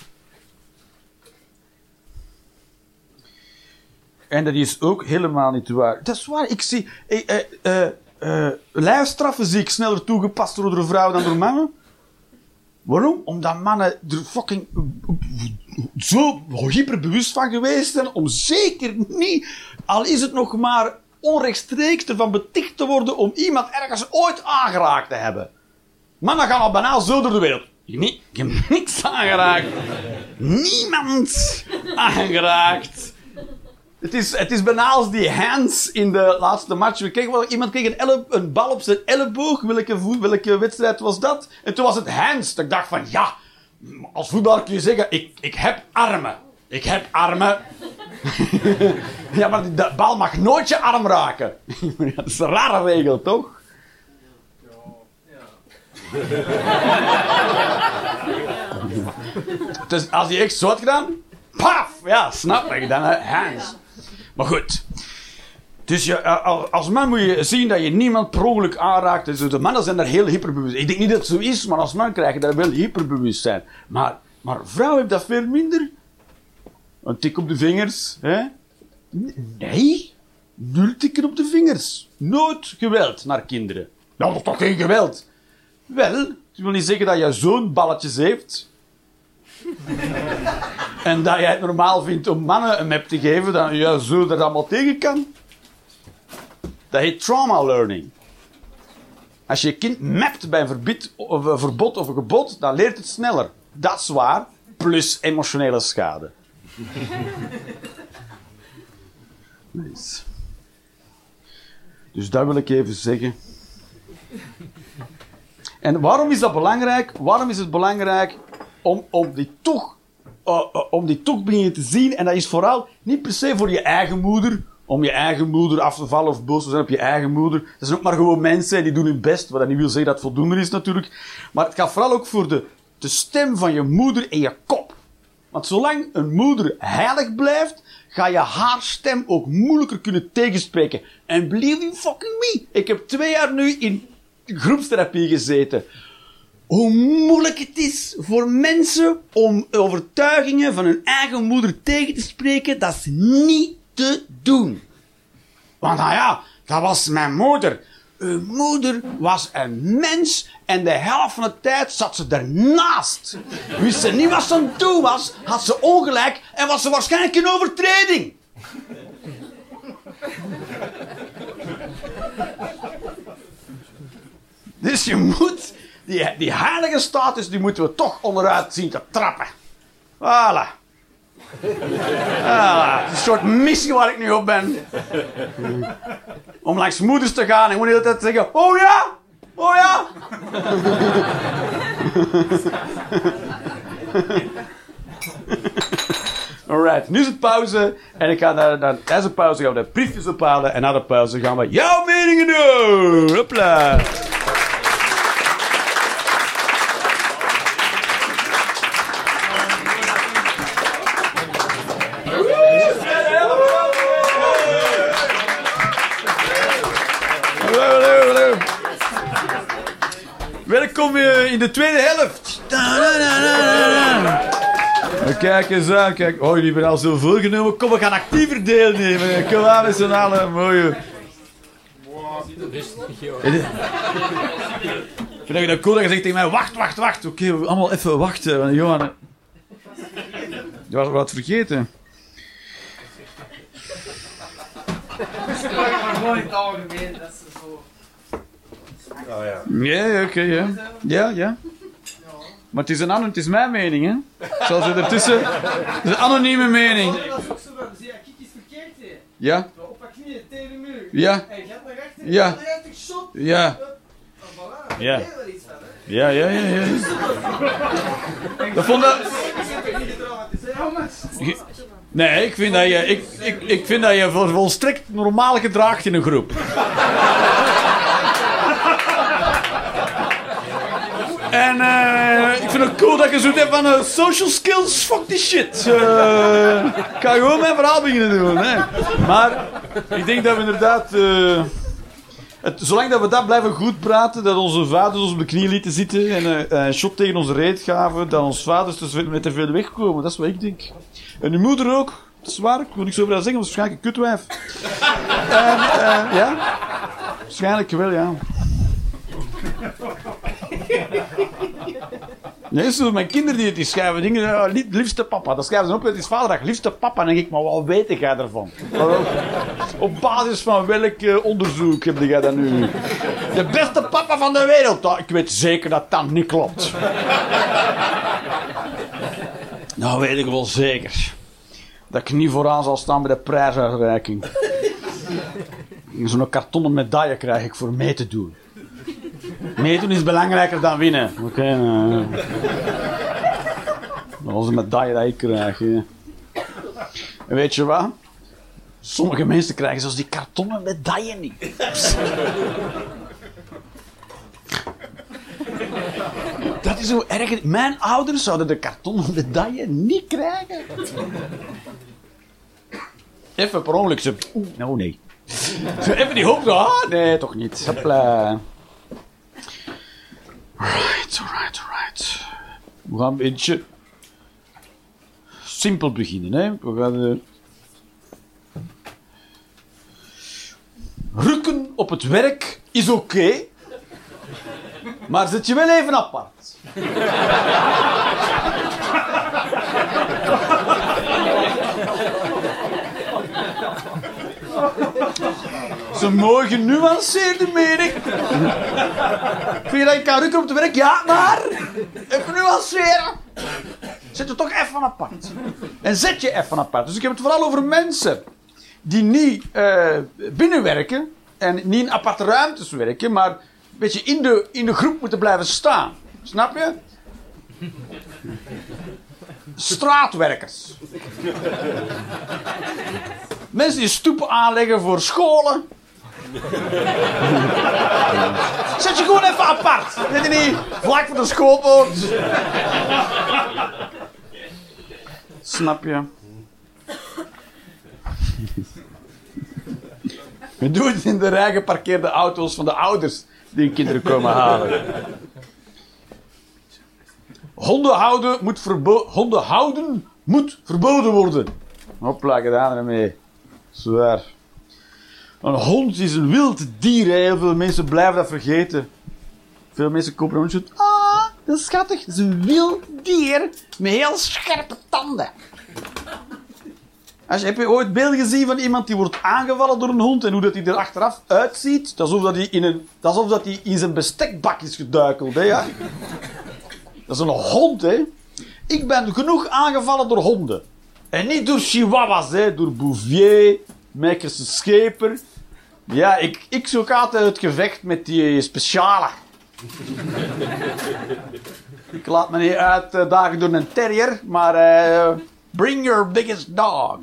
En dat is ook helemaal niet waar. Dat is waar. Ik zie... Eh, eh, eh, uh, lijfstraffen zie ik sneller toegepast door de vrouwen dan door mannen. Waarom? Omdat mannen er fucking zo hyperbewust van geweest zijn om zeker niet, al is het nog maar onrechtstreeks ervan beticht te worden om iemand ergens ooit aangeraakt te hebben. Mannen gaan al banaal zo door de wereld. Je, niet, je hebt niks aangeraakt. Niemand aangeraakt. Het is, het is bijna als die hands in de laatste match. We kregen wel, iemand kreeg een, elle, een bal op zijn elleboog. Welke, voet, welke wedstrijd was dat? En toen was het hands. Ik dacht van, ja, als voetballer kun je zeggen, ik, ik heb armen. Ik heb armen. Ja, maar de bal mag nooit je arm raken. Dat is een rare regel, toch? Dus als hij echt zo had gedaan, paf, ja, snap ik, dan hands. Maar goed. Dus je, als man moet je zien dat je niemand per ongeluk aanraakt. Dus de mannen zijn daar heel hyperbewust. Ik denk niet dat het zo is, maar als man krijg je daar wel hyperbewust zijn. Maar, maar vrouwen hebben dat veel minder. Een tik op de vingers. Hè? Nee. Nul tikken op de vingers. Nooit geweld naar kinderen. Nou, dat is toch geen geweld? Wel, het wil niet zeggen dat je zo'n balletjes heeft. En dat jij het normaal vindt om mannen een map te geven, dat je zo dat allemaal tegen kan. Dat heet trauma learning. Als je je kind mapt bij een, verbied, of een verbod of een gebod, dan leert het sneller. Dat is waar, plus emotionele schade. Nice. Dus dat wil ik even zeggen. En waarom is dat belangrijk? Waarom is het belangrijk om, om die toch uh, uh, om die toch beginnen te zien? En dat is vooral niet per se voor je eigen moeder, om je eigen moeder af te vallen of boos te zijn op je eigen moeder. Dat zijn ook maar gewoon mensen die doen hun best, wat dat niet wil zeggen dat het voldoende is natuurlijk. Maar het gaat vooral ook voor de, de stem van je moeder in je kop. Want zolang een moeder heilig blijft, ga je haar stem ook moeilijker kunnen tegenspreken. En believe you fucking me, ik heb twee jaar nu in groepstherapie gezeten. Hoe moeilijk het is voor mensen om overtuigingen van hun eigen moeder tegen te spreken, dat is niet te doen. Want nou ja, dat was mijn moeder. Uw moeder was een mens en de helft van de tijd zat ze ernaast. Wist ze niet wat ze aan het doen was, had ze ongelijk en was ze waarschijnlijk in overtreding. Dus je moet, die, die heilige status, die moeten we toch onderuit zien te trappen. Voilà. Voilà. Het is een soort missie waar ik nu op ben. Om langs moeders te gaan en gewoon de hele tijd te zeggen, oh ja, oh ja. Alright, nu is het pauze en ik ga naar, naar, tijdens de pauze gaan we de briefjes ophalen en na de pauze gaan we jouw meningen doen. Hopla. Welkom in de tweede helft. Kijk eens aan, kijk. Oh, jullie hebben al zo voorgenomen. Kom, we gaan actiever deelnemen. Kom aan met z'n allen. Mooie. Ik vind het cool dat je zegt tegen mij, wacht, wacht, wacht. Oké, okay, we allemaal even wachten. Want Johan, je was wat vergeten. Maar gewoon in het algemeen, dat ze zo... Oh ja. Ja, oké, ja. Ja, ja. Maar het is, een an- het is mijn mening, hè. Zoals er ertussen... Het is een anonieme mening. Dat is ook zo van, zie je, kijk eens verkeerd, hè. Ja? Op een knieën tegen de muur. Ja? En je gaat naar rechter. Ja. Naar rechter, shot. Ja. En voilà, Ja. daar weet je wel iets van, hè. Ja, ja, ja, ja. Dat vond dat... Je zit er niet getraumatiseerd. Nee, ik vind dat je, ik, ik, ik vind dat je vol- volstrekt normaal gedraagt in een groep. En eh, ik vind het cool dat je zoiets hebt van eh, social skills, fuck die shit. Eh, ik ga gewoon mijn verhaal beginnen doen. Hè. Maar ik denk dat we inderdaad... eh, het, zolang dat we dat blijven goed praten, dat onze vaders ons op de knie lieten zitten en eh, een shot tegen onze reet gaven, dat onze vaders te, met te veel wegkomen. Dat is wat ik denk. En uw moeder ook. Dat is waar, ik wil niks over dat zeggen, want het is waarschijnlijk een kutwijf. En, eh, ja. Waarschijnlijk wel, ja. Nee, zo, mijn kinderen die, die schrijven dingen, uh, li- liefste papa, dat schrijven ze op, het is vaderdag, liefste papa, en dan denk ik, maar wat weet jij ervan? Op, op basis van welk uh, onderzoek heb jij dat nu? De beste papa van de wereld, oh, ik weet zeker dat dat niet klopt. Nou weet ik wel zeker dat ik niet vooraan zal staan bij de prijsuitreiking. Zo'n kartonnen medaille krijg ik voor mee te doen. Meedoen is belangrijker dan winnen. Oké, okay, nou. Dat was een medaille dat ik krijg. Ja. En weet je wat? Sommige mensen krijgen zelfs die kartonnen medaille niet. Dat is zo erg. Mijn ouders zouden de kartonnen medaille niet krijgen. Even per ongeluk. Ze... Oeh, nou nee. Even die hoop. Ah, nee, toch niet. Hopla. Alright, alright, alright. We gaan een beetje simpel beginnen, hè. We gaan... Uh... Rukken op het werk is oké. Okay, maar zet je wel even apart. Dat is een mooi genuanceerde mening. Vind je dat je kan rukken op het werk? Ja, maar even nuanceren. Zet je toch even apart. En zet je even apart. Dus ik heb het vooral over mensen die niet uh, binnenwerken en niet in aparte ruimtes werken, maar een beetje in de, in de groep moeten blijven staan. Snap je? Straatwerkers. Mensen die stoepen aanleggen voor scholen. Zet je gewoon even apart. Weet je niet? Vlak voor de schoolpoort. Snap je? We doen het in de rij geparkeerde auto's van de ouders die hun kinderen komen halen. Honden houden moet, verbo- honden houden moet verboden worden. Hopla, gedaan ermee. Zwaar. Een hond is een wild dier. Hè. Heel veel mensen blijven dat vergeten. Veel mensen kopen een hondje. Ah, dat is schattig. Het is een wild dier met heel scherpe tanden. Als je, heb je ooit beelden gezien van iemand die wordt aangevallen door een hond en hoe dat hij er achteraf uitziet? Het is alsof dat hij in, een, het is alsof dat hij in zijn bestekbak is geduikeld. Hè, ja? Dat is een hond, hè. Ik ben genoeg aangevallen door honden. En niet door chihuahuas, hè. Door Bouvier, Meckerse Scheper. Ja, ik, ik zoek altijd het gevecht met die speciale. Ik laat me niet uitdagen door een terrier, maar uh, bring your biggest dog.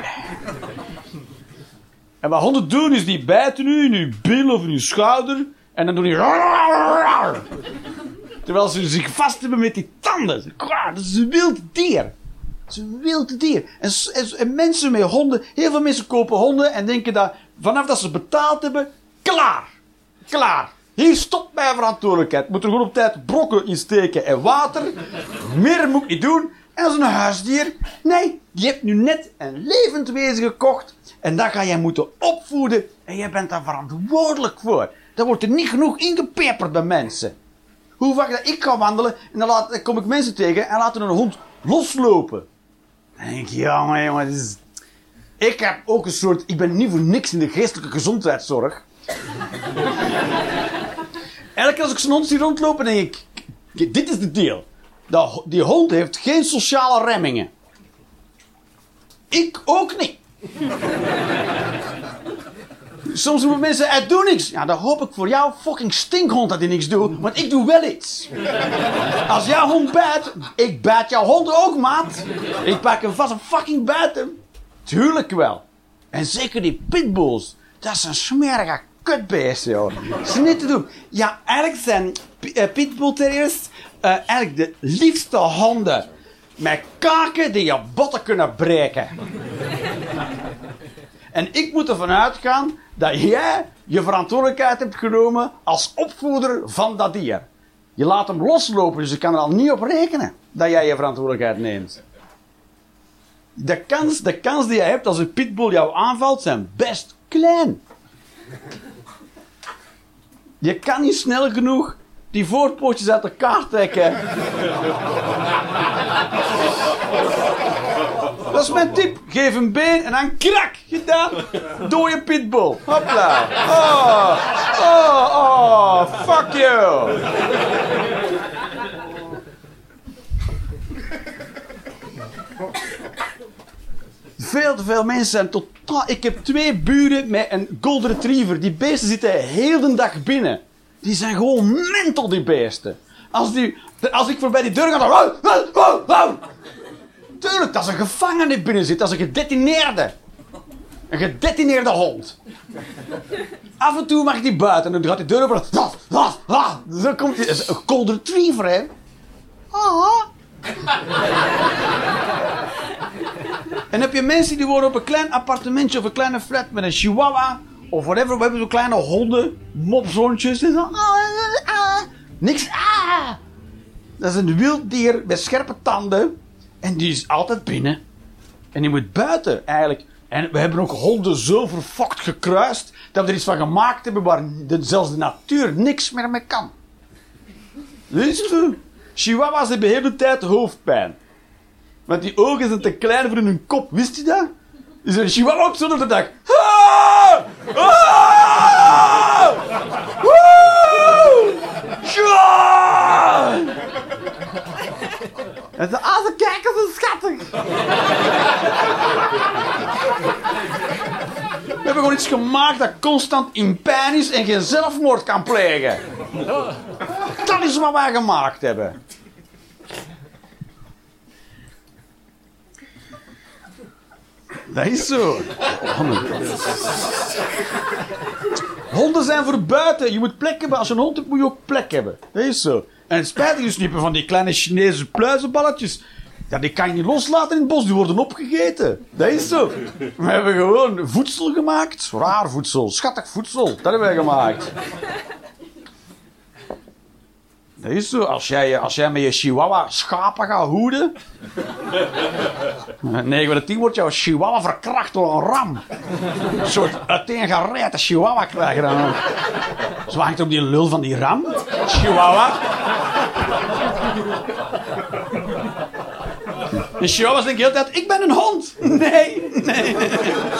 En wat honden doen is die bijten u in uw bil of in uw schouder en dan doen die... Terwijl ze zich vast hebben met die tanden. Dat is een wild dier. Dat is een wild dier. En, en, en mensen met honden, heel veel mensen kopen honden en denken dat vanaf dat ze betaald hebben, klaar. Klaar. Hier stopt mijn verantwoordelijkheid. Moet er gewoon op tijd brokken insteken en water. Meer moet ik niet doen. En als een huisdier. Nee, je hebt nu net een levend wezen gekocht. En dat ga jij moeten opvoeden. En jij bent daar verantwoordelijk voor. Daar wordt er niet genoeg ingepeperd bij mensen. Hoe vaak dat ik ga wandelen en dan, laat, dan kom ik mensen tegen en laten een hond loslopen. Dan denk ik, jongen, jongen, dit is... Ik heb ook een soort... Ik ben niet voor niks in de geestelijke gezondheidszorg. Elke keer als ik zo'n hond zie rondlopen, denk ik... Dit is de deal. Dat, die hond heeft geen sociale remmingen. Ik ook niet. Soms doen mensen, hij doet niks. Ja, dan hoop ik voor jou, fucking stinkhond, dat hij niks doet. Want ik doe wel iets. Als jouw hond bijt, ik bijt jouw hond ook, maat. Ik pak hem vast en fucking bijt hem. Tuurlijk wel. En zeker die pitbulls. Dat is een smerige kutbeest, joh. Dat is niet te doen. Ja, eigenlijk zijn uh, pitbull terriers uh, eigenlijk de liefste honden. Met kaken die je botten kunnen breken. En ik moet ervan uitgaan dat jij je verantwoordelijkheid hebt genomen als opvoeder van dat dier. Je laat hem loslopen, dus je kan er al niet op rekenen dat jij je verantwoordelijkheid neemt. De kans, de kans die je hebt als een pitbull jou aanvalt zijn best klein. Je kan niet snel genoeg die voorpootjes uit elkaar trekken. Dat is mijn tip. Geef een been en dan krak. Gedaan. Door je pitbull. Hopla. Oh. Oh. Oh. Fuck you. Veel te veel mensen zijn totaal... Ik heb twee buren met een golden retriever. Die beesten zitten heel de dag binnen. Die zijn gewoon mental, die beesten. Als, die, als ik voorbij die deur ga, dan... Wow, wow, wow, wow. Tuurlijk, dat is een gevangene die binnen zit. Dat is een gedetineerde. Een gedetineerde hond. Af en toe mag die buiten. En dan gaat die deur open. Dan komt die... Een golden retriever, hè. Ah. En heb je mensen die wonen op een klein appartementje of een kleine flat met een chihuahua of whatever. We hebben zo'n kleine honden, mopshondjes en zo. Ah, ah, niks. Ah. Dat is een wild dier met scherpe tanden en die is altijd binnen. En die moet buiten eigenlijk. En we hebben ook honden zo verfokt gekruist dat we er iets van gemaakt hebben waar de, zelfs de natuur niks meer mee kan. Weet je? Chihuahuas hebben de hele tijd hoofdpijn. Want die ogen zijn te klein voor hun kop. Wist je dat? Is er een chihuahua op zo'n dag? Ah! Ah! Woe! Ja! En ze, ah, ze kijken zo schattig. We hebben gewoon iets gemaakt dat constant in pijn is en geen zelfmoord kan plegen. Dat is wat wij gemaakt hebben. Dat is zo. Honden. Honden zijn voor buiten. Je moet plek hebben. Als je een hond hebt, moet je ook plek hebben. Dat is zo. En het spijtige is niet van die kleine Chinese pluizenballetjes. Ja, die kan je niet loslaten in het bos. Die worden opgegeten. Dat is zo. We hebben gewoon voedsel gemaakt. Raar voedsel. Schattig voedsel. Dat hebben wij gemaakt. Dat is zo. Als jij, als jij met je chihuahua schapen gaat hoeden... negen van de tien wordt jouw chihuahua verkracht door een ram. Een soort uiteengereide chihuahua krijgen dan. Zo hangt op die lul van die ram. Chihuahua. En chihuahuas denken de hele tijd, ik ben een hond. Nee, nee, nee.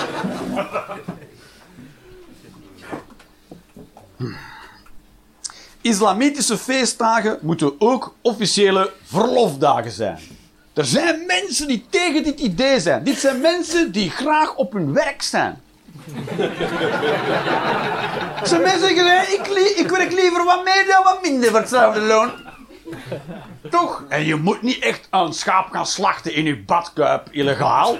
Islamitische feestdagen moeten ook officiële verlofdagen zijn. Er zijn mensen die tegen dit idee zijn. Dit zijn mensen die graag op hun werk zijn. Er zijn mensen die zeggen, ik, li- ik werk liever wat meer dan wat minder voor hetzelfde loon. Toch? En je moet niet echt een schaap gaan slachten in je badkuip, illegaal.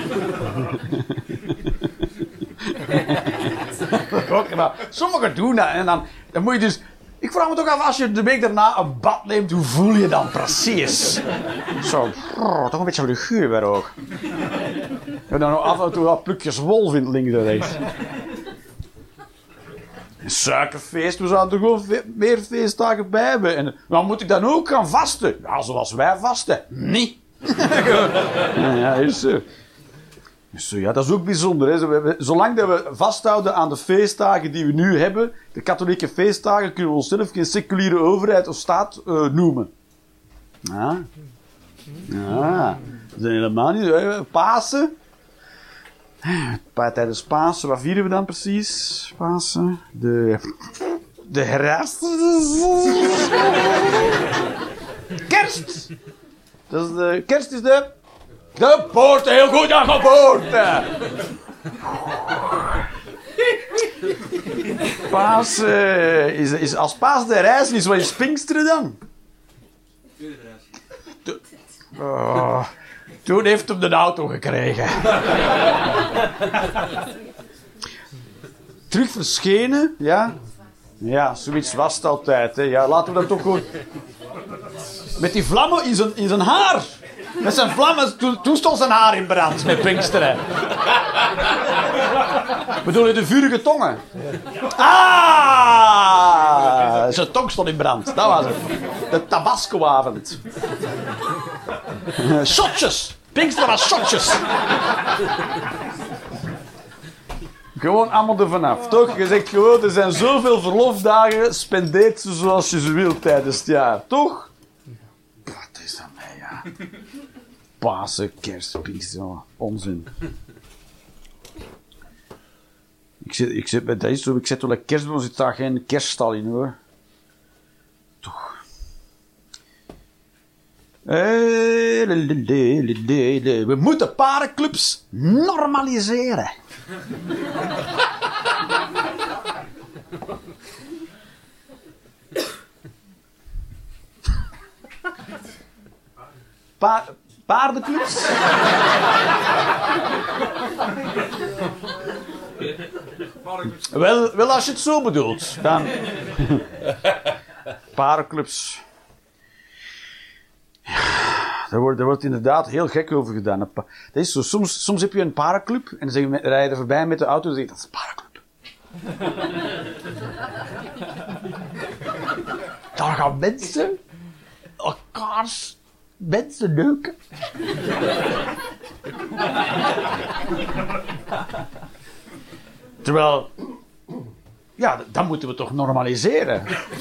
Sommigen doen dat en dan, dan moet je dus... Ik vraag me toch af, als je de week daarna een bad neemt, hoe voel je dan precies? Zo, brrr, toch een beetje luguur weer ook. En dan af en toe wat plukjes wol vindt links en rechts. Een suikerfeest, we zouden er gewoon fe- meer feestdagen bij hebben. En dan moet ik dan ook gaan vasten. Ja, zoals wij vasten. Nee. Ja, is zo. Zo, ja, dat is ook bijzonder. Hè. Zo, we hebben, zolang dat we vasthouden aan de feestdagen die we nu hebben, de katholieke feestdagen, kunnen we onszelf geen seculiere overheid of staat uh, noemen. Ja. Ja. Dat zijn helemaal niet... Hè. Pasen. Tijdens Pasen, wat vieren we dan precies? Pasen. De... De herfst. Kerst! Dus de, kerst is de... Geboorte, heel goed, ja, geboorte! Paas uh, is, is als Paas de reis is, wat is Pinksteren dan? Tweede reis. To, oh, toen heeft hem de auto gekregen. Terug verschenen, ja? Ja, zoiets was het altijd, hè. Ja, laten we dat toch gewoon... Met die vlammen in zijn, in zijn haar. Met zijn vlammen, toen, toen stond zijn haar in brand met Pinksteren. Bedoel je de vurige tongen? Ah! Zijn tong stond in brand, dat was het. De Tabasco-avond. Shotjes! Pinksteren was shotjes! Gewoon allemaal er vanaf, toch? Je zegt gewoon, er zijn zoveel verlofdagen, spendeert ze zoals je ze wilt tijdens het jaar, toch? Wat is dat mij, ja? Pasen, kerst, Pinksteren, onzin. Ik zet, ik zet bij deze zo, ik zet wel een kerst, maar er zit daar geen kerststal in, hoor. Toch. We moeten parenclubs normaliseren. Pa paardenclubs? wel, wel, als je het zo bedoelt, dan... Parenclubs. Daar wordt, daar wordt inderdaad heel gek over gedaan. Dat is zo. Soms, soms heb je een parenclub en dan zeg je, rij je er voorbij met de auto en zeg je, dat is een parenclub. Daar gaan mensen elkaars mensen neuken. Terwijl, ja, dat moeten we toch normaliseren.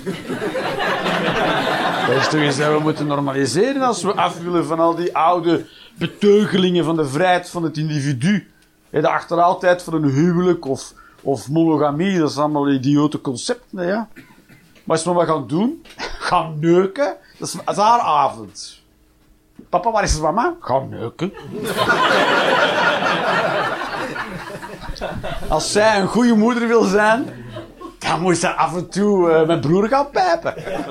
Dat is toch iets dat we moeten normaliseren als we af willen van al die oude beteugelingen van de vrijheid van het individu. De achterhaaltijd van een huwelijk of, of monogamie, dat zijn allemaal idiote concepten, ja. Maar als we wat gaan doen, gaan neuken, dat is, dat is haar avond. Papa, waar is mama? Gaan neuken. Als zij een goede moeder wil zijn, dan moet ze af en toe uh, mijn broer gaan pijpen.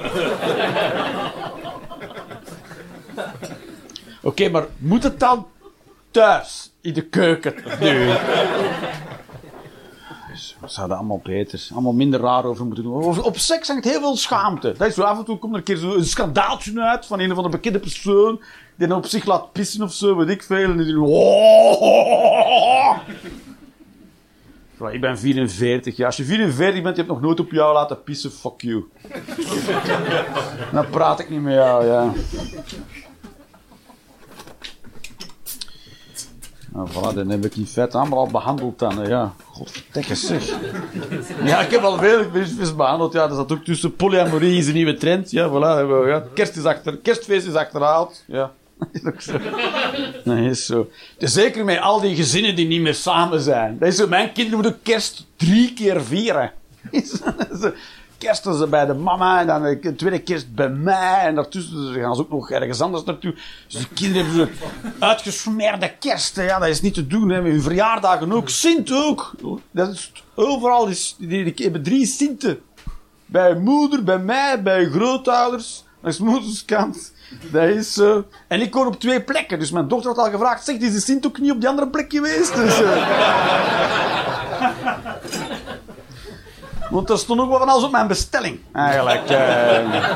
Oké, okay, maar moet het dan thuis, in de keuken, nu? Dus, we zouden allemaal beter, allemaal minder raar over moeten doen. Over, op seks hangt heel veel schaamte. Dat is zo, af en toe komt er een keer zo een schandaaltje uit van een of andere bekende persoon die dan op zich laat pissen of zo, weet ik veel. En die doen... Oh! Ik ben vierenveertig. Ja, als je vierenveertig bent, je hebt nog nooit op jou laten pissen, fuck you. Dan praat ik niet met jou, ja. Nou, voilà, dan heb ik in feite allemaal al behandeld dan, ja. Godverdikke zeg. Ja, ik heb al veel feestjes behandeld, ja. Dat zat ook tussen polyamorie is een nieuwe trend, ja, voilà. Ja. Kerst is achter, kerstfeest is achterhaald, ja. Dat is ook zo. Dat is zo. Dus zeker met al die gezinnen die niet meer samen zijn. Dat is zo. Mijn kinderen moeten kerst drie keer vieren. Kerst ze bij de mama en dan de tweede kerst bij mij. En daartussen gaan ze ook nog ergens anders naartoe. Dus de kinderen hebben zo'n uitgesmeerde kerst. Ja, dat is niet te doen. Hè. Met hun verjaardagen ook. Sint ook. Dat is, overal is, die, die, die hebben drie Sinten. Bij moeder, bij mij, bij grootouders. Dat is moederskant. Dat is zo. Uh, en ik woon op twee plekken. Dus mijn dochter had al gevraagd, zeg, is de Sint ook niet op die andere plek geweest? Dus, uh... Want er stond ook wel van alles op mijn bestelling. Eigenlijk. Uh...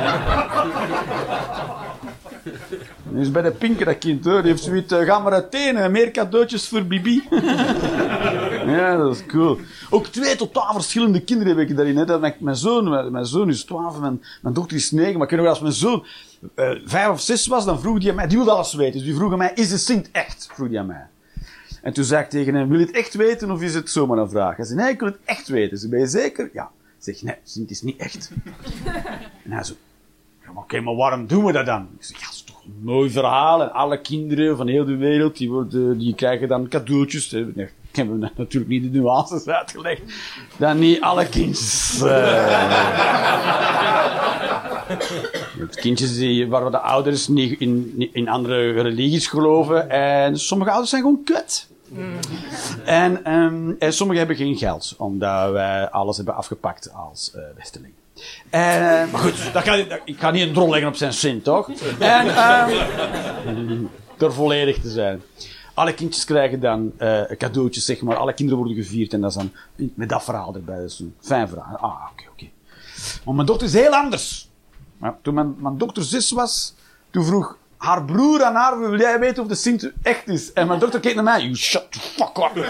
Die is bij de Pinker, dat kind, hoor. Die heeft zoiets, uh, ga maar uiteen, meer cadeautjes voor Bibi. Ja, dat is cool. Ook twee totaal verschillende kinderen heb ik daarin. Hè. Dat mijn, mijn, zoon, mijn, mijn zoon is twaalf, mijn, mijn dochter is negen. Maar ik weet nog wel, als mijn zoon uh, vijf of zes was, dan vroeg hij aan mij, die wilde alles weten. Dus die vroeg aan mij, is de Sint echt? Vroeg hij aan mij. En toen zei ik tegen hem, wil je het echt weten of is het zomaar een vraag? Hij zei, nee, ik wil het echt weten. Ze ben je zeker? Ja. Ik zeg, nee, Sint is niet echt. En hij zo, ja, oké, okay, maar waarom doen we dat dan? Ik zeg, ja, dat is toch een mooi verhaal. En alle kinderen van heel de wereld, die, worden, die krijgen dan cadeautjes. Nee, ik heb hem natuurlijk niet de nuances uitgelegd. Dan niet alle kindjes. Uh... Kindjes die, waar de ouders niet in, in andere religies geloven. En sommige ouders zijn gewoon kut. En, um, en sommigen hebben geen geld, omdat wij alles hebben afgepakt als uh, Westerling. En, maar goed, dat kan, dat, ik ga niet een drol leggen op zijn zin, toch? En, um, door volledig te zijn. Alle kindjes krijgen dan uh, cadeautjes, zeg maar. Alle kinderen worden gevierd en dat is dan met dat verhaal erbij. Dat is een fijn verhaal. Ah, oké, okay, oké. Okay. Maar mijn dochter is heel anders. Maar toen mijn, mijn dochter zes was, toen vroeg haar broer aan haar, wil jij weten of de Sint echt is? En mijn dochter keek naar mij. You shut the fuck up.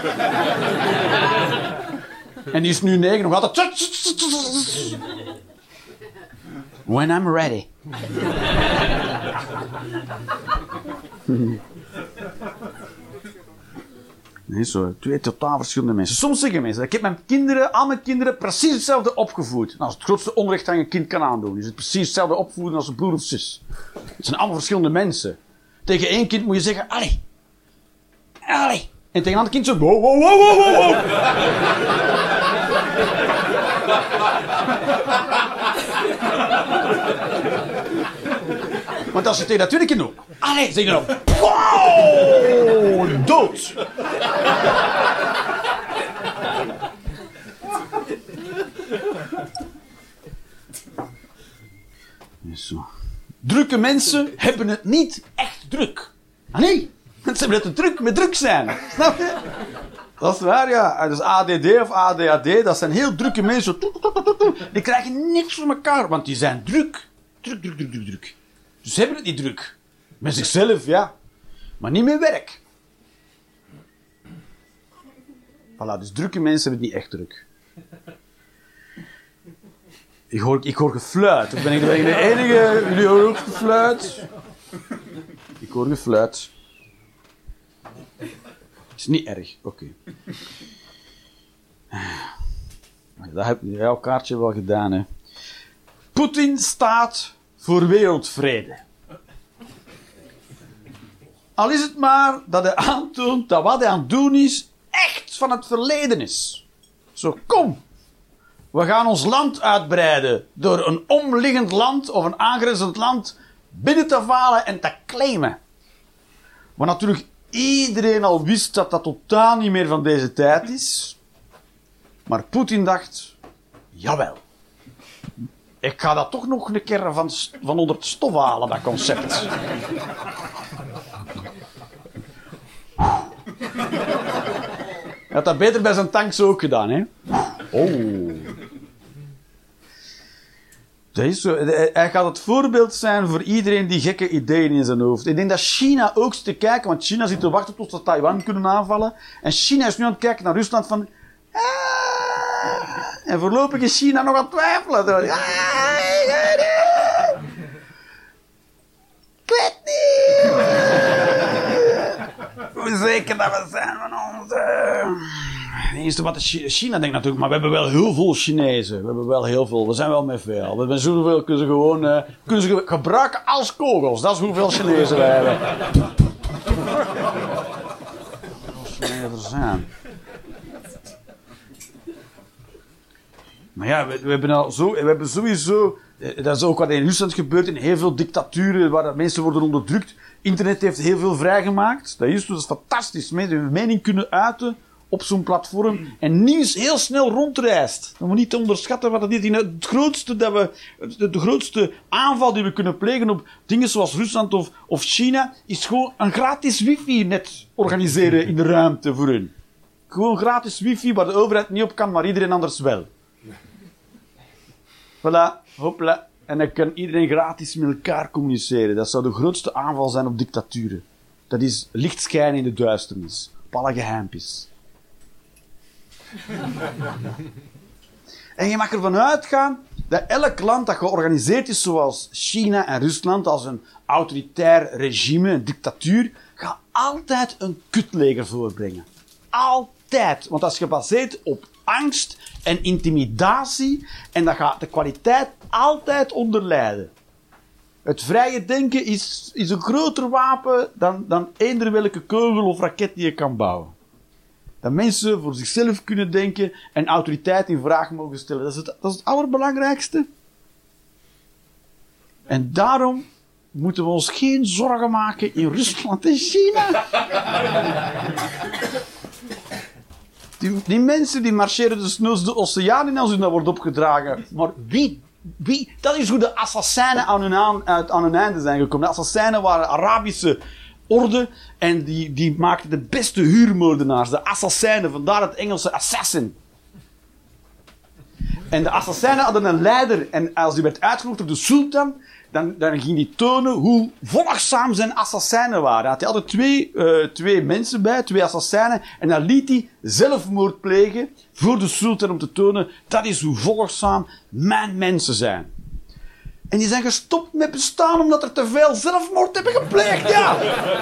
En die is nu negen, nog altijd. When I'm ready. Nee, zo. Twee totaal verschillende mensen. Soms zeggen mensen, ik heb mijn kinderen, al mijn kinderen, precies hetzelfde opgevoed. Nou, als het grootste onrecht dat je een kind kan aandoen, is het precies hetzelfde opvoeden als een broer of zus. Het zijn allemaal verschillende mensen. Tegen één kind moet je zeggen, allee. Allee. En tegen een ander kind zo, wow, wow, wow, wow, wow. Want als je tegen dat tweede kind doet, allee, zeg je dan, wow, dood. Zo. Drukke mensen hebben het niet echt druk. Ah nee, ze hebben het te druk met druk zijn. Snap je? Dat is waar, ja. Dus A D D of A D H D, dat zijn heel drukke mensen. Die krijgen niks voor elkaar, want die zijn druk. Druk, druk, druk, druk, druk. Dus ze hebben het niet druk. Met zichzelf, ja. Maar niet met werk. Voilà, dus drukke mensen hebben het niet echt druk. Ik hoor, ik hoor gefluit. Of ben ik de enige? Jullie horen ook gefluit? Ik hoor gefluit. Is niet erg, oké. Okay. Dat heb je jouw kaartje wel gedaan, hè. Poetin staat voor wereldvrede. Al is het maar dat hij aantoont dat wat hij aan het doen is echt van het verleden is. Zo, kom. We gaan ons land uitbreiden door een omliggend land of een aangrenzend land binnen te vallen en te claimen. Maar natuurlijk iedereen al wist dat dat totaal niet meer van deze tijd is. Maar Poetin dacht, jawel. Ik ga dat toch nog een keer van, van onder het stof halen, dat concept. Hij had dat beter bij zijn tanks ook gedaan, hè? Oh. Dat is zo. Hij gaat het voorbeeld zijn voor iedereen die gekke ideeën in zijn hoofd. Ik denk dat China ook zit te kijken, want China zit te wachten tot ze Taiwan kunnen aanvallen. En China is nu aan het kijken naar Rusland van... Ah, en voorlopig is China nog aan het twijfelen. Ah, ik weet niet. Hoe zeker dat we zijn van ons... Het eerste wat China denkt natuurlijk, maar we hebben wel heel veel Chinezen. We hebben wel heel veel. We zijn wel met veel. We hebben zoveel kunnen ze gewoon uh, kunnen ze gebruiken als kogels. Dat is hoeveel Chinezen we hebben. Als we er zijn. Maar ja, we, we hebben al zo, we hebben sowieso. Dat is ook wat in Rusland gebeurt, in heel veel dictaturen waar mensen worden onderdrukt. Internet heeft heel veel vrijgemaakt. Dat is, dat is fantastisch. Mensen hun mening kunnen uiten op zo'n platform en nieuws heel snel rondreist. We moeten niet onderschatten wat het is. Het grootste, dat we, de, de grootste aanval die we kunnen plegen op dingen zoals Rusland of, of China is gewoon een gratis wifi-net organiseren in de ruimte voor hun. Gewoon gratis wifi waar de overheid niet op kan, maar iedereen anders wel. Voilà, hopla. En dan kan iedereen gratis met elkaar communiceren. Dat zou de grootste aanval zijn op dictaturen. Dat is licht schijnen in de duisternis. Op alle geheimpjes. En je mag ervan uitgaan dat elk land dat georganiseerd is zoals China en Rusland, als een autoritair regime, een dictatuur, gaat altijd een kutleger voorbrengen. Altijd. Want dat is gebaseerd op angst en intimidatie en dat gaat de kwaliteit altijd onder lijden. Het vrije denken is, is een groter wapen dan, dan eender welke kogel of raket die je kan bouwen. Dat mensen voor zichzelf kunnen denken en autoriteit in vraag mogen stellen. Dat is het, dat is het allerbelangrijkste. En daarom moeten we ons geen zorgen maken in Rusland en China. Die, die mensen die marcheren dus de oceaan in als hun dat wordt opgedragen. Maar wie, wie, dat is hoe de assassijnen aan hun, aan, uit, aan hun einde zijn gekomen. De assassijnen waren Arabische orde en die, die maakten de beste huurmoordenaars. De assassijnen, vandaar het Engelse assassin. En de assassijnen hadden een leider en als die werd uitgevoerd door de sultan, dan, dan ging hij tonen hoe volgzaam zijn assassijnen waren. Hij had altijd twee, uh, twee mensen bij, twee assassijnen, en dan liet hij zelfmoord plegen voor de sultan om te tonen, dat is hoe volgzaam mijn mensen zijn. En die zijn gestopt met bestaan omdat er te veel zelfmoord hebben gepleegd, ja.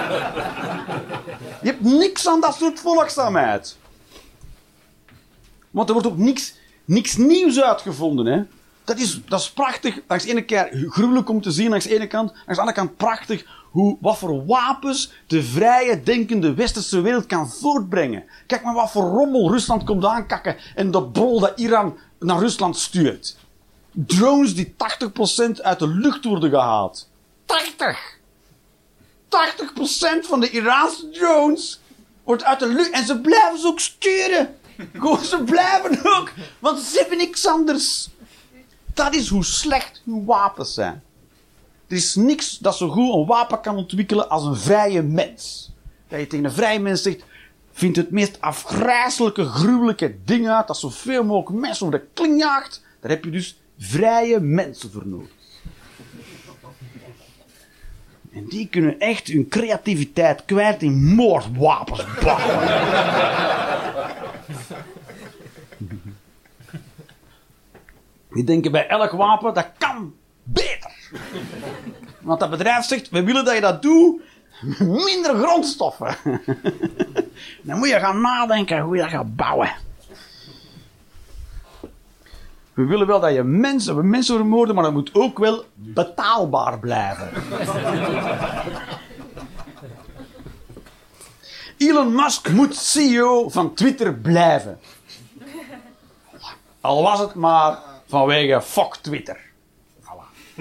Je hebt niks aan dat soort volgzaamheid. Want er wordt ook niks, niks nieuws uitgevonden, hè. Dat is, dat is prachtig. Langs de ene kant gruwelijk om te zien, langs de ene kant. Langs de andere kant prachtig hoe, wat voor wapens de vrije, denkende westerse wereld kan voortbrengen. Kijk maar wat voor rommel Rusland komt aankakken en de bol dat Iran naar Rusland stuurt. Drones die tachtig procent uit de lucht worden gehaald. tachtig! tachtig procent van de Iraanse drones wordt uit de lucht. En ze blijven ze ook sturen. Gewoon, ze blijven ook. Want ze hebben niks anders. Dat is hoe slecht hun wapens zijn. Er is niks dat zo goed een wapen kan ontwikkelen als een vrije mens. Dat je tegen een vrije mens zegt, vindt het meest afgrijselijke, gruwelijke ding uit, dat zoveel mogelijk mensen over de kling jaagt. Daar heb je dus vrije mensen voor nodig. En die kunnen echt hun creativiteit kwijt in moordwapens bouwen. Die denken bij elk wapen, dat kan beter. Want dat bedrijf zegt, we willen dat je dat doet, minder grondstoffen. Dan moet je gaan nadenken hoe je dat gaat bouwen. We willen wel dat je mensen, we mensen vermoorden, maar dat moet ook wel betaalbaar blijven. Elon Musk moet C E O van Twitter blijven. Al was het maar vanwege fuck Twitter. Voilà.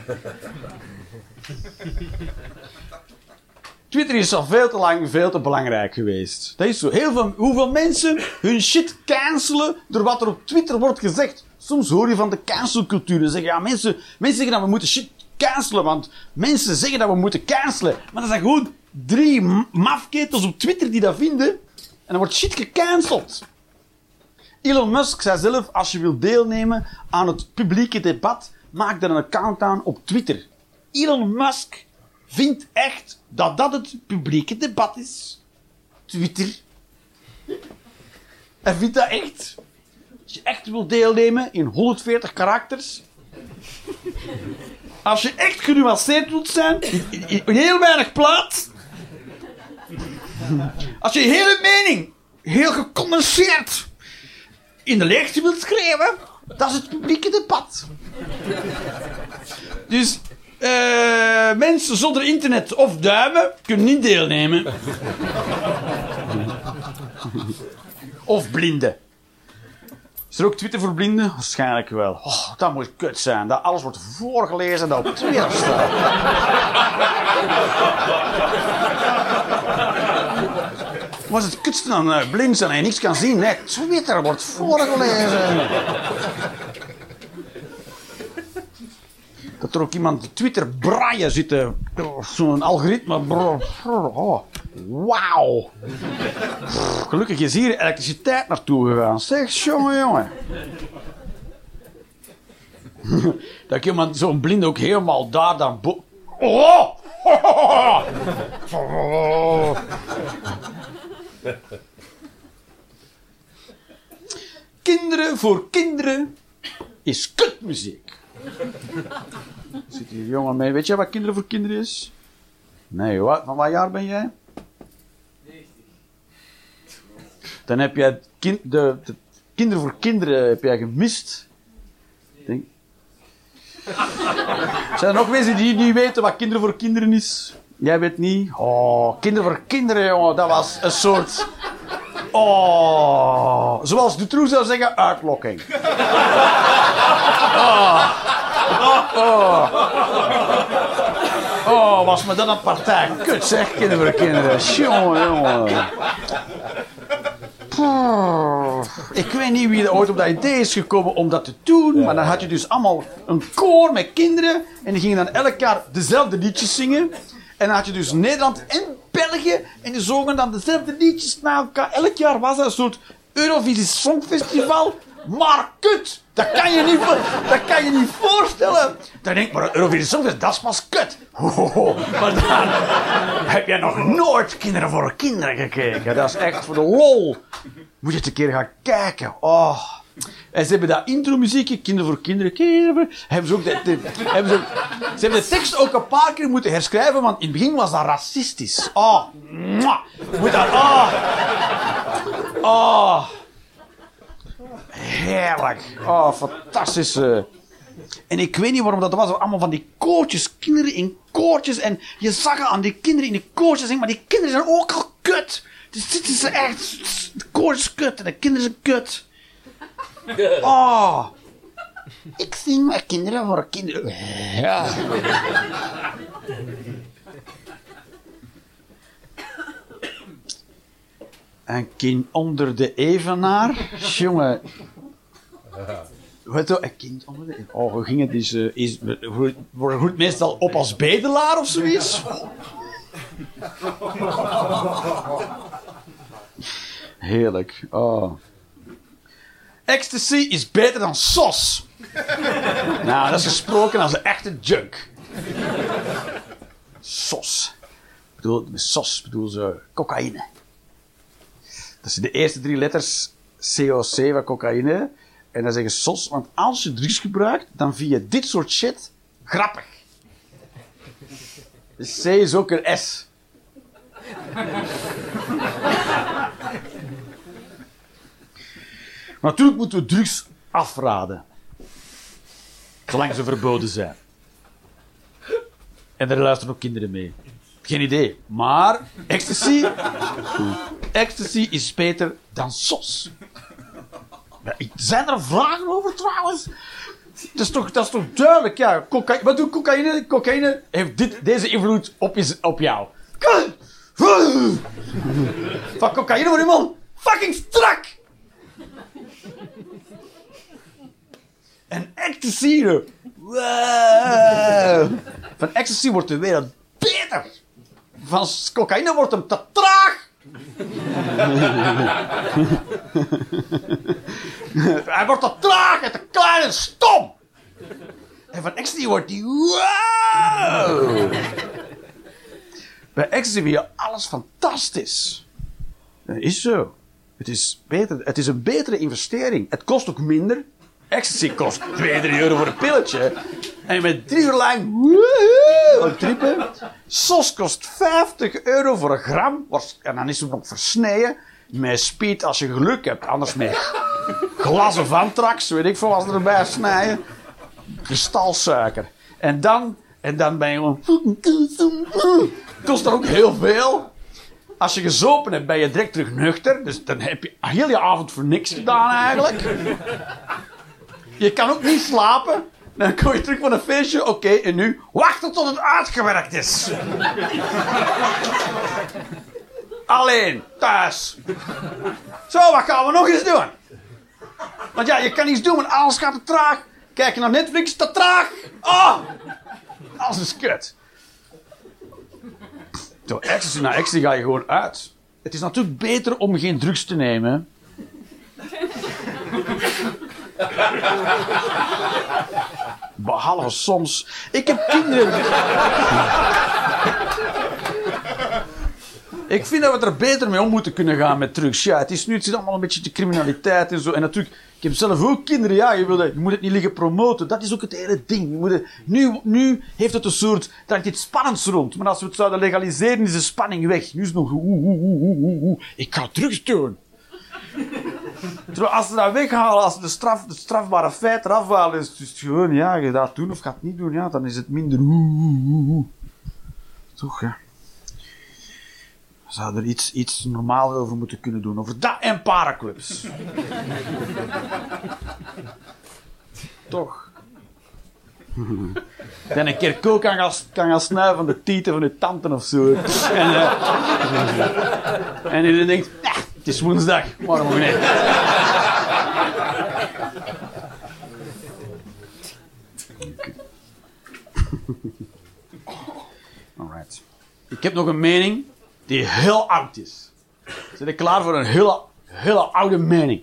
Twitter is al veel te lang veel te belangrijk geweest. Dat is zo. Heel veel, hoeveel mensen hun shit cancelen door wat er op Twitter wordt gezegd. Soms hoor je van de cancelcultuur. En zeggen, ja, mensen, mensen zeggen dat we moeten shit cancelen. Want mensen zeggen dat we moeten cancelen. Maar dat zijn gewoon drie mafketels op Twitter die dat vinden. En dan wordt shit gecanceld. Elon Musk zei zelf, als je wilt deelnemen aan het publieke debat, maak er een account aan op Twitter. Elon Musk vindt echt dat dat het publieke debat is. Twitter. Hij vindt dat echt. Als je echt wilt deelnemen in honderdveertig karakters. Als je echt genuanceerd wilt zijn, in, in, in heel weinig plaats. Als je je hele mening heel gecondenseerd in de leegte wilt schrijven, dat is het publieke debat. Dus uh, mensen zonder internet of duimen kunnen niet deelnemen. Of blinden. Is er ook Twitter voor blinden? Waarschijnlijk wel. Oh, dat moet kut zijn. Dat alles wordt voorgelezen en dat op Twitter staat. Wat is het kutste dan uh, blind zijn en je niks kan zien? Nee, Twitter wordt voorgelezen. Dat er ook iemand Twitter braille zit. Uh, Zo'n algoritme. Oh, wauw. Gelukkig is hier elektriciteit naartoe gegaan. Zeg, jongen, jongen. Dat iemand, zo'n blinde ook helemaal daar dan... Bo- oh! Oh! Kinderen voor kinderen is kutmuziek. Zit hier jongen mee. Weet je wat kinderen voor kinderen is? Nee, wat? Van wat jaar ben jij? negentig. Dan heb jij kind, de, de kinderen voor kinderen heb jij gemist. Denk. Zijn er nog mensen die niet weten wat kinderen voor kinderen is? Jij weet niet? Oh, kinderen voor kinderen, jongen. Dat was een soort... Oh, zoals Dutroux zou zeggen, uitlokking. Oh. Oh. Oh, was me dat een partij kut, zeg, kinderen voor kinderen. Jongen, jongen. Ik weet niet wie er ooit op dat idee is gekomen om dat te doen, maar dan had je dus allemaal een koor met kinderen en die gingen dan elk jaar dezelfde liedjes zingen. En dan had je dus Nederland en België en die zongen dan dezelfde liedjes na elkaar. Elk jaar was dat een soort Eurovisie Songfestival, maar kut! Dat kan je niet, dat kan je niet voorstellen. Dan denk ik, maar een Eurovisie Songfestival, dat is pas kut. Hohoho. Maar dan heb je nog nooit Kinderen voor Kinderen gekeken. Dat is echt voor de lol. Moet je het een keer gaan kijken. Oh. En ze hebben dat intro-muziekje, Kinderen voor Kinderen, kinderen voor... Hebben ze, ook de, de, hebben ze, ze hebben de tekst ook een paar keer moeten herschrijven, want in het begin was dat racistisch. Oh. Mwah. Moet dat... Oh. Oh. Heerlijk. Oh, fantastisch. En ik weet niet waarom dat was. Allemaal van die koortjes. Kinderen in koortjes. En je zag aan die kinderen in die koortjes. Maar die kinderen zijn ook al kut. Dus dit is echt... De koortjes kut. En de kinderen zijn kut. Oh. Ik zing met kinderen voor kinderen. Ja. Een kind onder de evenaar. Jongen. Weet je, een kind onder de evenaar. Oh, hoe ging het? Is, uh, is, wordt goed meestal op als bedelaar of zoiets? Heerlijk. Oh. Ecstasy is beter dan sos. Nou, dat is gesproken als een echte junk. Sos. Ik bedoel, met sos bedoel ze cocaïne. Dat zijn de eerste drie letters C O C van cocaïne. En dan zeggen sos, want als je drugs gebruikt, dan vind je dit soort shit grappig. De C is ook een S. Maar natuurlijk moeten we drugs afraden. Zolang ze verboden zijn. En er luisteren ook kinderen mee. Geen idee. Maar ecstasy... Ecstasy is beter dan sos. Ja, zijn er vragen over trouwens? Dat is toch, dat is toch duidelijk, ja. Coca- wat doet cocaïne? Cocaïne heeft dit, deze invloed op, je, op jou. Van cocaïne wordt iemand fucking strak. En ecstasy, wow. Van ecstasy wordt de wereld beter. Van cocaïne wordt hem te traag. Hij wordt te traag en te klein en stom. En van ecstasy wordt hij wow. Bij ecstasy vind je alles fantastisch. Dat is zo. Het is, beter, het is een betere investering. Het kost ook minder. Ecstasy kost twee, drie euro voor een pilletje. En met drie uur lang woehoe, trippen. Sos kost vijftig euro voor een gram. En dan is het nog versneden. Met speed als je geluk hebt. Anders met glas of antrax. Weet ik veel wat ze erbij snijden. Kristalsuiker. En dan, en dan ben je gewoon... Kost dat ook heel veel. Als je gezopen hebt, ben je direct terug nuchter. Dus dan heb je heel je avond voor niks gedaan eigenlijk. Je kan ook niet slapen. Dan kom je terug van een feestje. Oké, okay, en nu wachten tot het uitgewerkt is. Alleen, thuis. Zo, wat gaan we nog eens doen? Want ja, je kan iets doen, want alles gaat te traag. Kijk je naar Netflix, te traag. Oh, alles is kut. Door ecstasy naar ecstasy ga je gewoon uit. Het is natuurlijk beter om geen drugs te nemen. Behalve soms. Ik heb kinderen. Ik vind dat we er beter mee om moeten kunnen gaan met drugs. Ja, het is nu het is allemaal een beetje de criminaliteit en zo. En natuurlijk, ik heb zelf ook kinderen. Ja, je, wil dat, je moet het niet liggen promoten. Dat is ook het hele ding. Je moet het, nu, nu heeft het een soort... Daar hangt iets spannends rond. Maar als we het zouden legaliseren, is de spanning weg. Nu is het nog... Oe, oe, oe, oe, oe. Ik ga drugs doen. Terwijl als ze dat weghalen, als ze de, straf, de strafbare feit eraf halen, is het gewoon, ja, je gaat het doen of gaat het niet doen, ja, dan is het minder oeh. Toch, ja. We zouden er iets, iets normaal over moeten kunnen doen. Over dat en paraclubs. Toch. Dan een keer kook kan gaan, kan gaan snuiven van de tieten van je tante of zo. En, uh, en je denkt, nah, het is woensdag, waarom ook niet? Alright. Ik heb nog een mening die heel oud is. Zit ik klaar voor een hele, hele oude mening?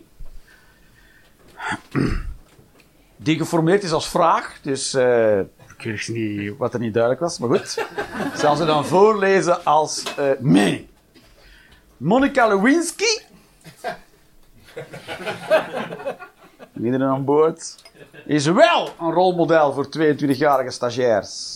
Die geformuleerd is als vraag, dus uh, ik weet niet wat er niet duidelijk was, maar goed. Ik zal ze dan voorlezen als uh, mening. Monica Lewinsky. Iedereen aan boord. Is wel een rolmodel voor tweeëntwintigjarige stagiairs.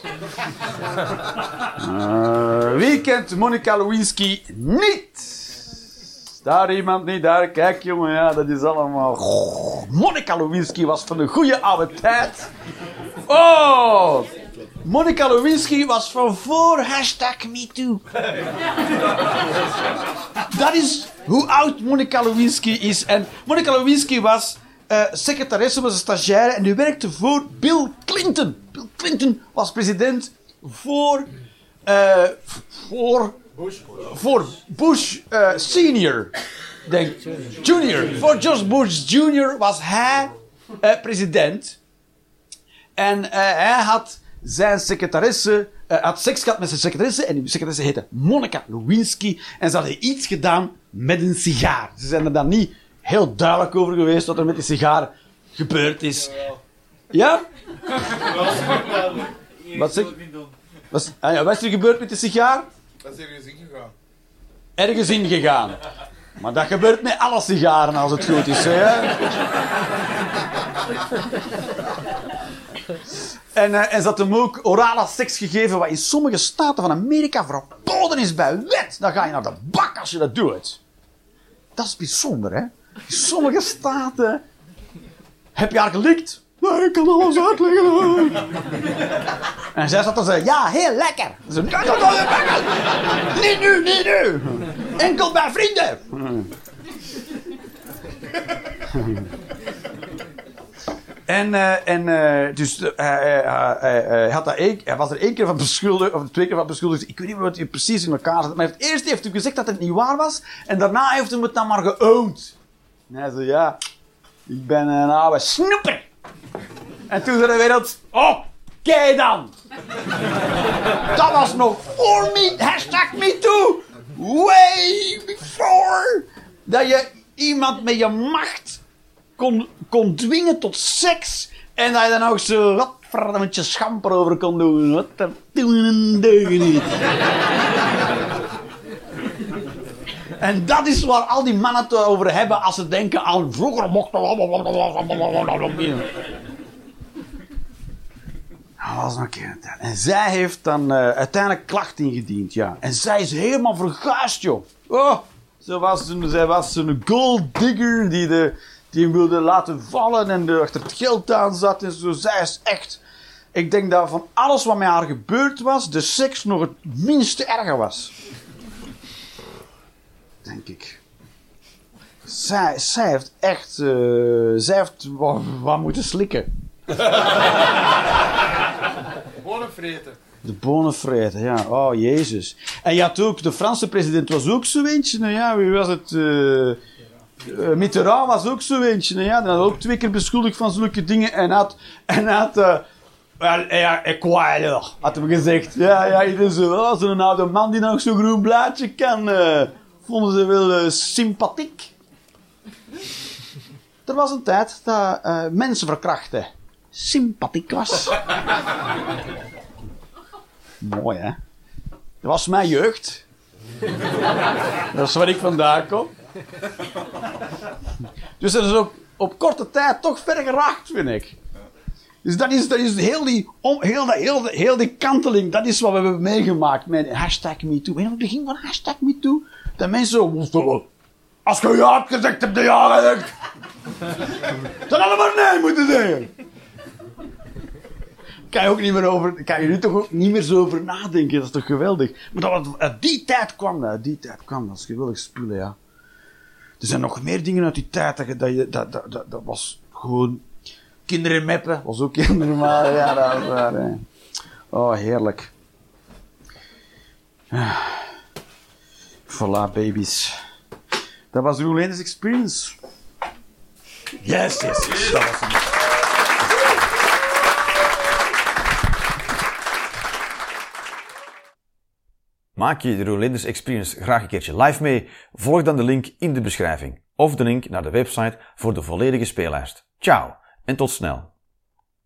Uh, wie kent Monica Lewinsky niet? Daar iemand niet, daar. Kijk jongen, ja, dat is allemaal... Oh, Monica Lewinsky was van de goede oude tijd. Oh! Monica Lewinsky was van voor hashtag MeToo. Dat is hoe oud Monica Lewinsky is. En Monica Lewinsky was uh, secretaresse, was een stagiaire en die werkte voor Bill Clinton. Bill Clinton was president voor... Uh, voor... Bush. Voor Bush uh, senior. Denk, junior. Voor George Bush junior was hij uh, president. En uh, hij had zijn secretaresse... Uh, had seks gehad met zijn secretaresse. En die secretaresse heette Monica Lewinsky. En ze hadden iets gedaan met een sigaar. Ze zijn er dan niet heel duidelijk over geweest wat er met die sigaar gebeurd is. Ja? Wat zeg je? Wat, ah ja, wat is er gebeurd met die sigaar? Dat is ergens ingegaan. Ergens ingegaan. Maar dat gebeurt met alle sigaren als het goed is. Hè? en, uh, en ze had hem ook orale seks gegeven, wat in sommige staten van Amerika verboden is bij wet. Dan ga je naar de bak als je dat doet. Dat is bijzonder, hè? In sommige staten heb je haar gelikt. Nee, ik kan alles uitleggen. En zij zat dan zo, ja, heel lekker. Ze, niet nu, niet nu. Enkel bij vrienden. En, uh, en uh, dus uh, uh, uh, uh, uh, had dat een, hij was er één keer van beschuldigd, of twee keer van beschuldigd. Ik weet niet meer wat hij precies in elkaar zat. Maar heeft, eerst heeft hij gezegd dat het niet waar was. En daarna heeft hij het dan maar geowned. En hij zei, ja, ik ben een oude snoeper. En toen zei de wereld, oké okay dan. Dat was nog voor me, hashtag MeToo. Way before. Dat je iemand met je macht kon, kon dwingen tot seks. En dat je dan ook zo wat met je schamper over kon doen. Wat er doen een deugen niet. En dat is waar al die mannen het over hebben als ze denken aan vroeger mochten. Dat was nog een keer een tijd. En zij heeft dan uh, uiteindelijk klacht ingediend, ja. En zij is helemaal verguisd, joh. Oh, ze was een, zij was een gold digger die, de, die hem wilde laten vallen en er achter het geld aan zat en zo. Zij is echt... Ik denk dat van alles wat met haar gebeurd was, de seks nog het minste erger was. Denk ik. Zij, zij heeft echt... Uh, zij heeft wat, wat moeten slikken. Bonen vreten. De bonen vreten, ja. Oh, Jezus. En je had ook... De Franse president was ook zo eentje. Nou ja, wie was het? Uh, uh, Mitterrand was ook zo eentje. Nou ja, die had ook twee keer beschuldigd van zulke dingen. En had... En had... Uh, ja, ik kwaai, had hem gezegd. Ja, ja, iedereen zo. Oh, zo'n oude man die nog zo'n groen blaadje kan... Uh, vonden ze wel uh, sympathiek. Er was een tijd dat uh, mensen verkrachten sympathiek was. Mooi, hè? Dat was mijn jeugd. Dat is waar ik vandaan kom. Dus dat is op, op korte tijd toch ver geraakt, vind ik. Dus dat is, dat is heel, die, om, heel, dat, heel, heel die kanteling, dat is wat we hebben meegemaakt met hashtag MeToo. Weet je wat het begin van hashtag MeToo? Dat mensen zo... Als je ja hebt gezegd, heb je ja gezegd. Dan hadden we maar nee moeten zeggen. Kan je ook niet meer over... Kan je nu toch ook niet meer zo over nadenken. Dat is toch geweldig. Maar dat was, uit die tijd kwam dat. Uit die tijd kwam dat. Dat is geweldig spullen, ja. Er zijn nog meer dingen uit die tijd. Dat, je, dat, dat, dat, dat was gewoon... Ik Kinderen meppen. Was ook kinderen, maar ja, dat was waar. Hè. Oh, heerlijk. Voilà, baby's. Dat was de Roelinders Experience. Yes, yes, yes. Dat was het. Maak je de Roelinders Experience graag een keertje live mee? Volg dan de link in de beschrijving. Of de link naar de website voor de volledige speellijst. Ciao en tot snel.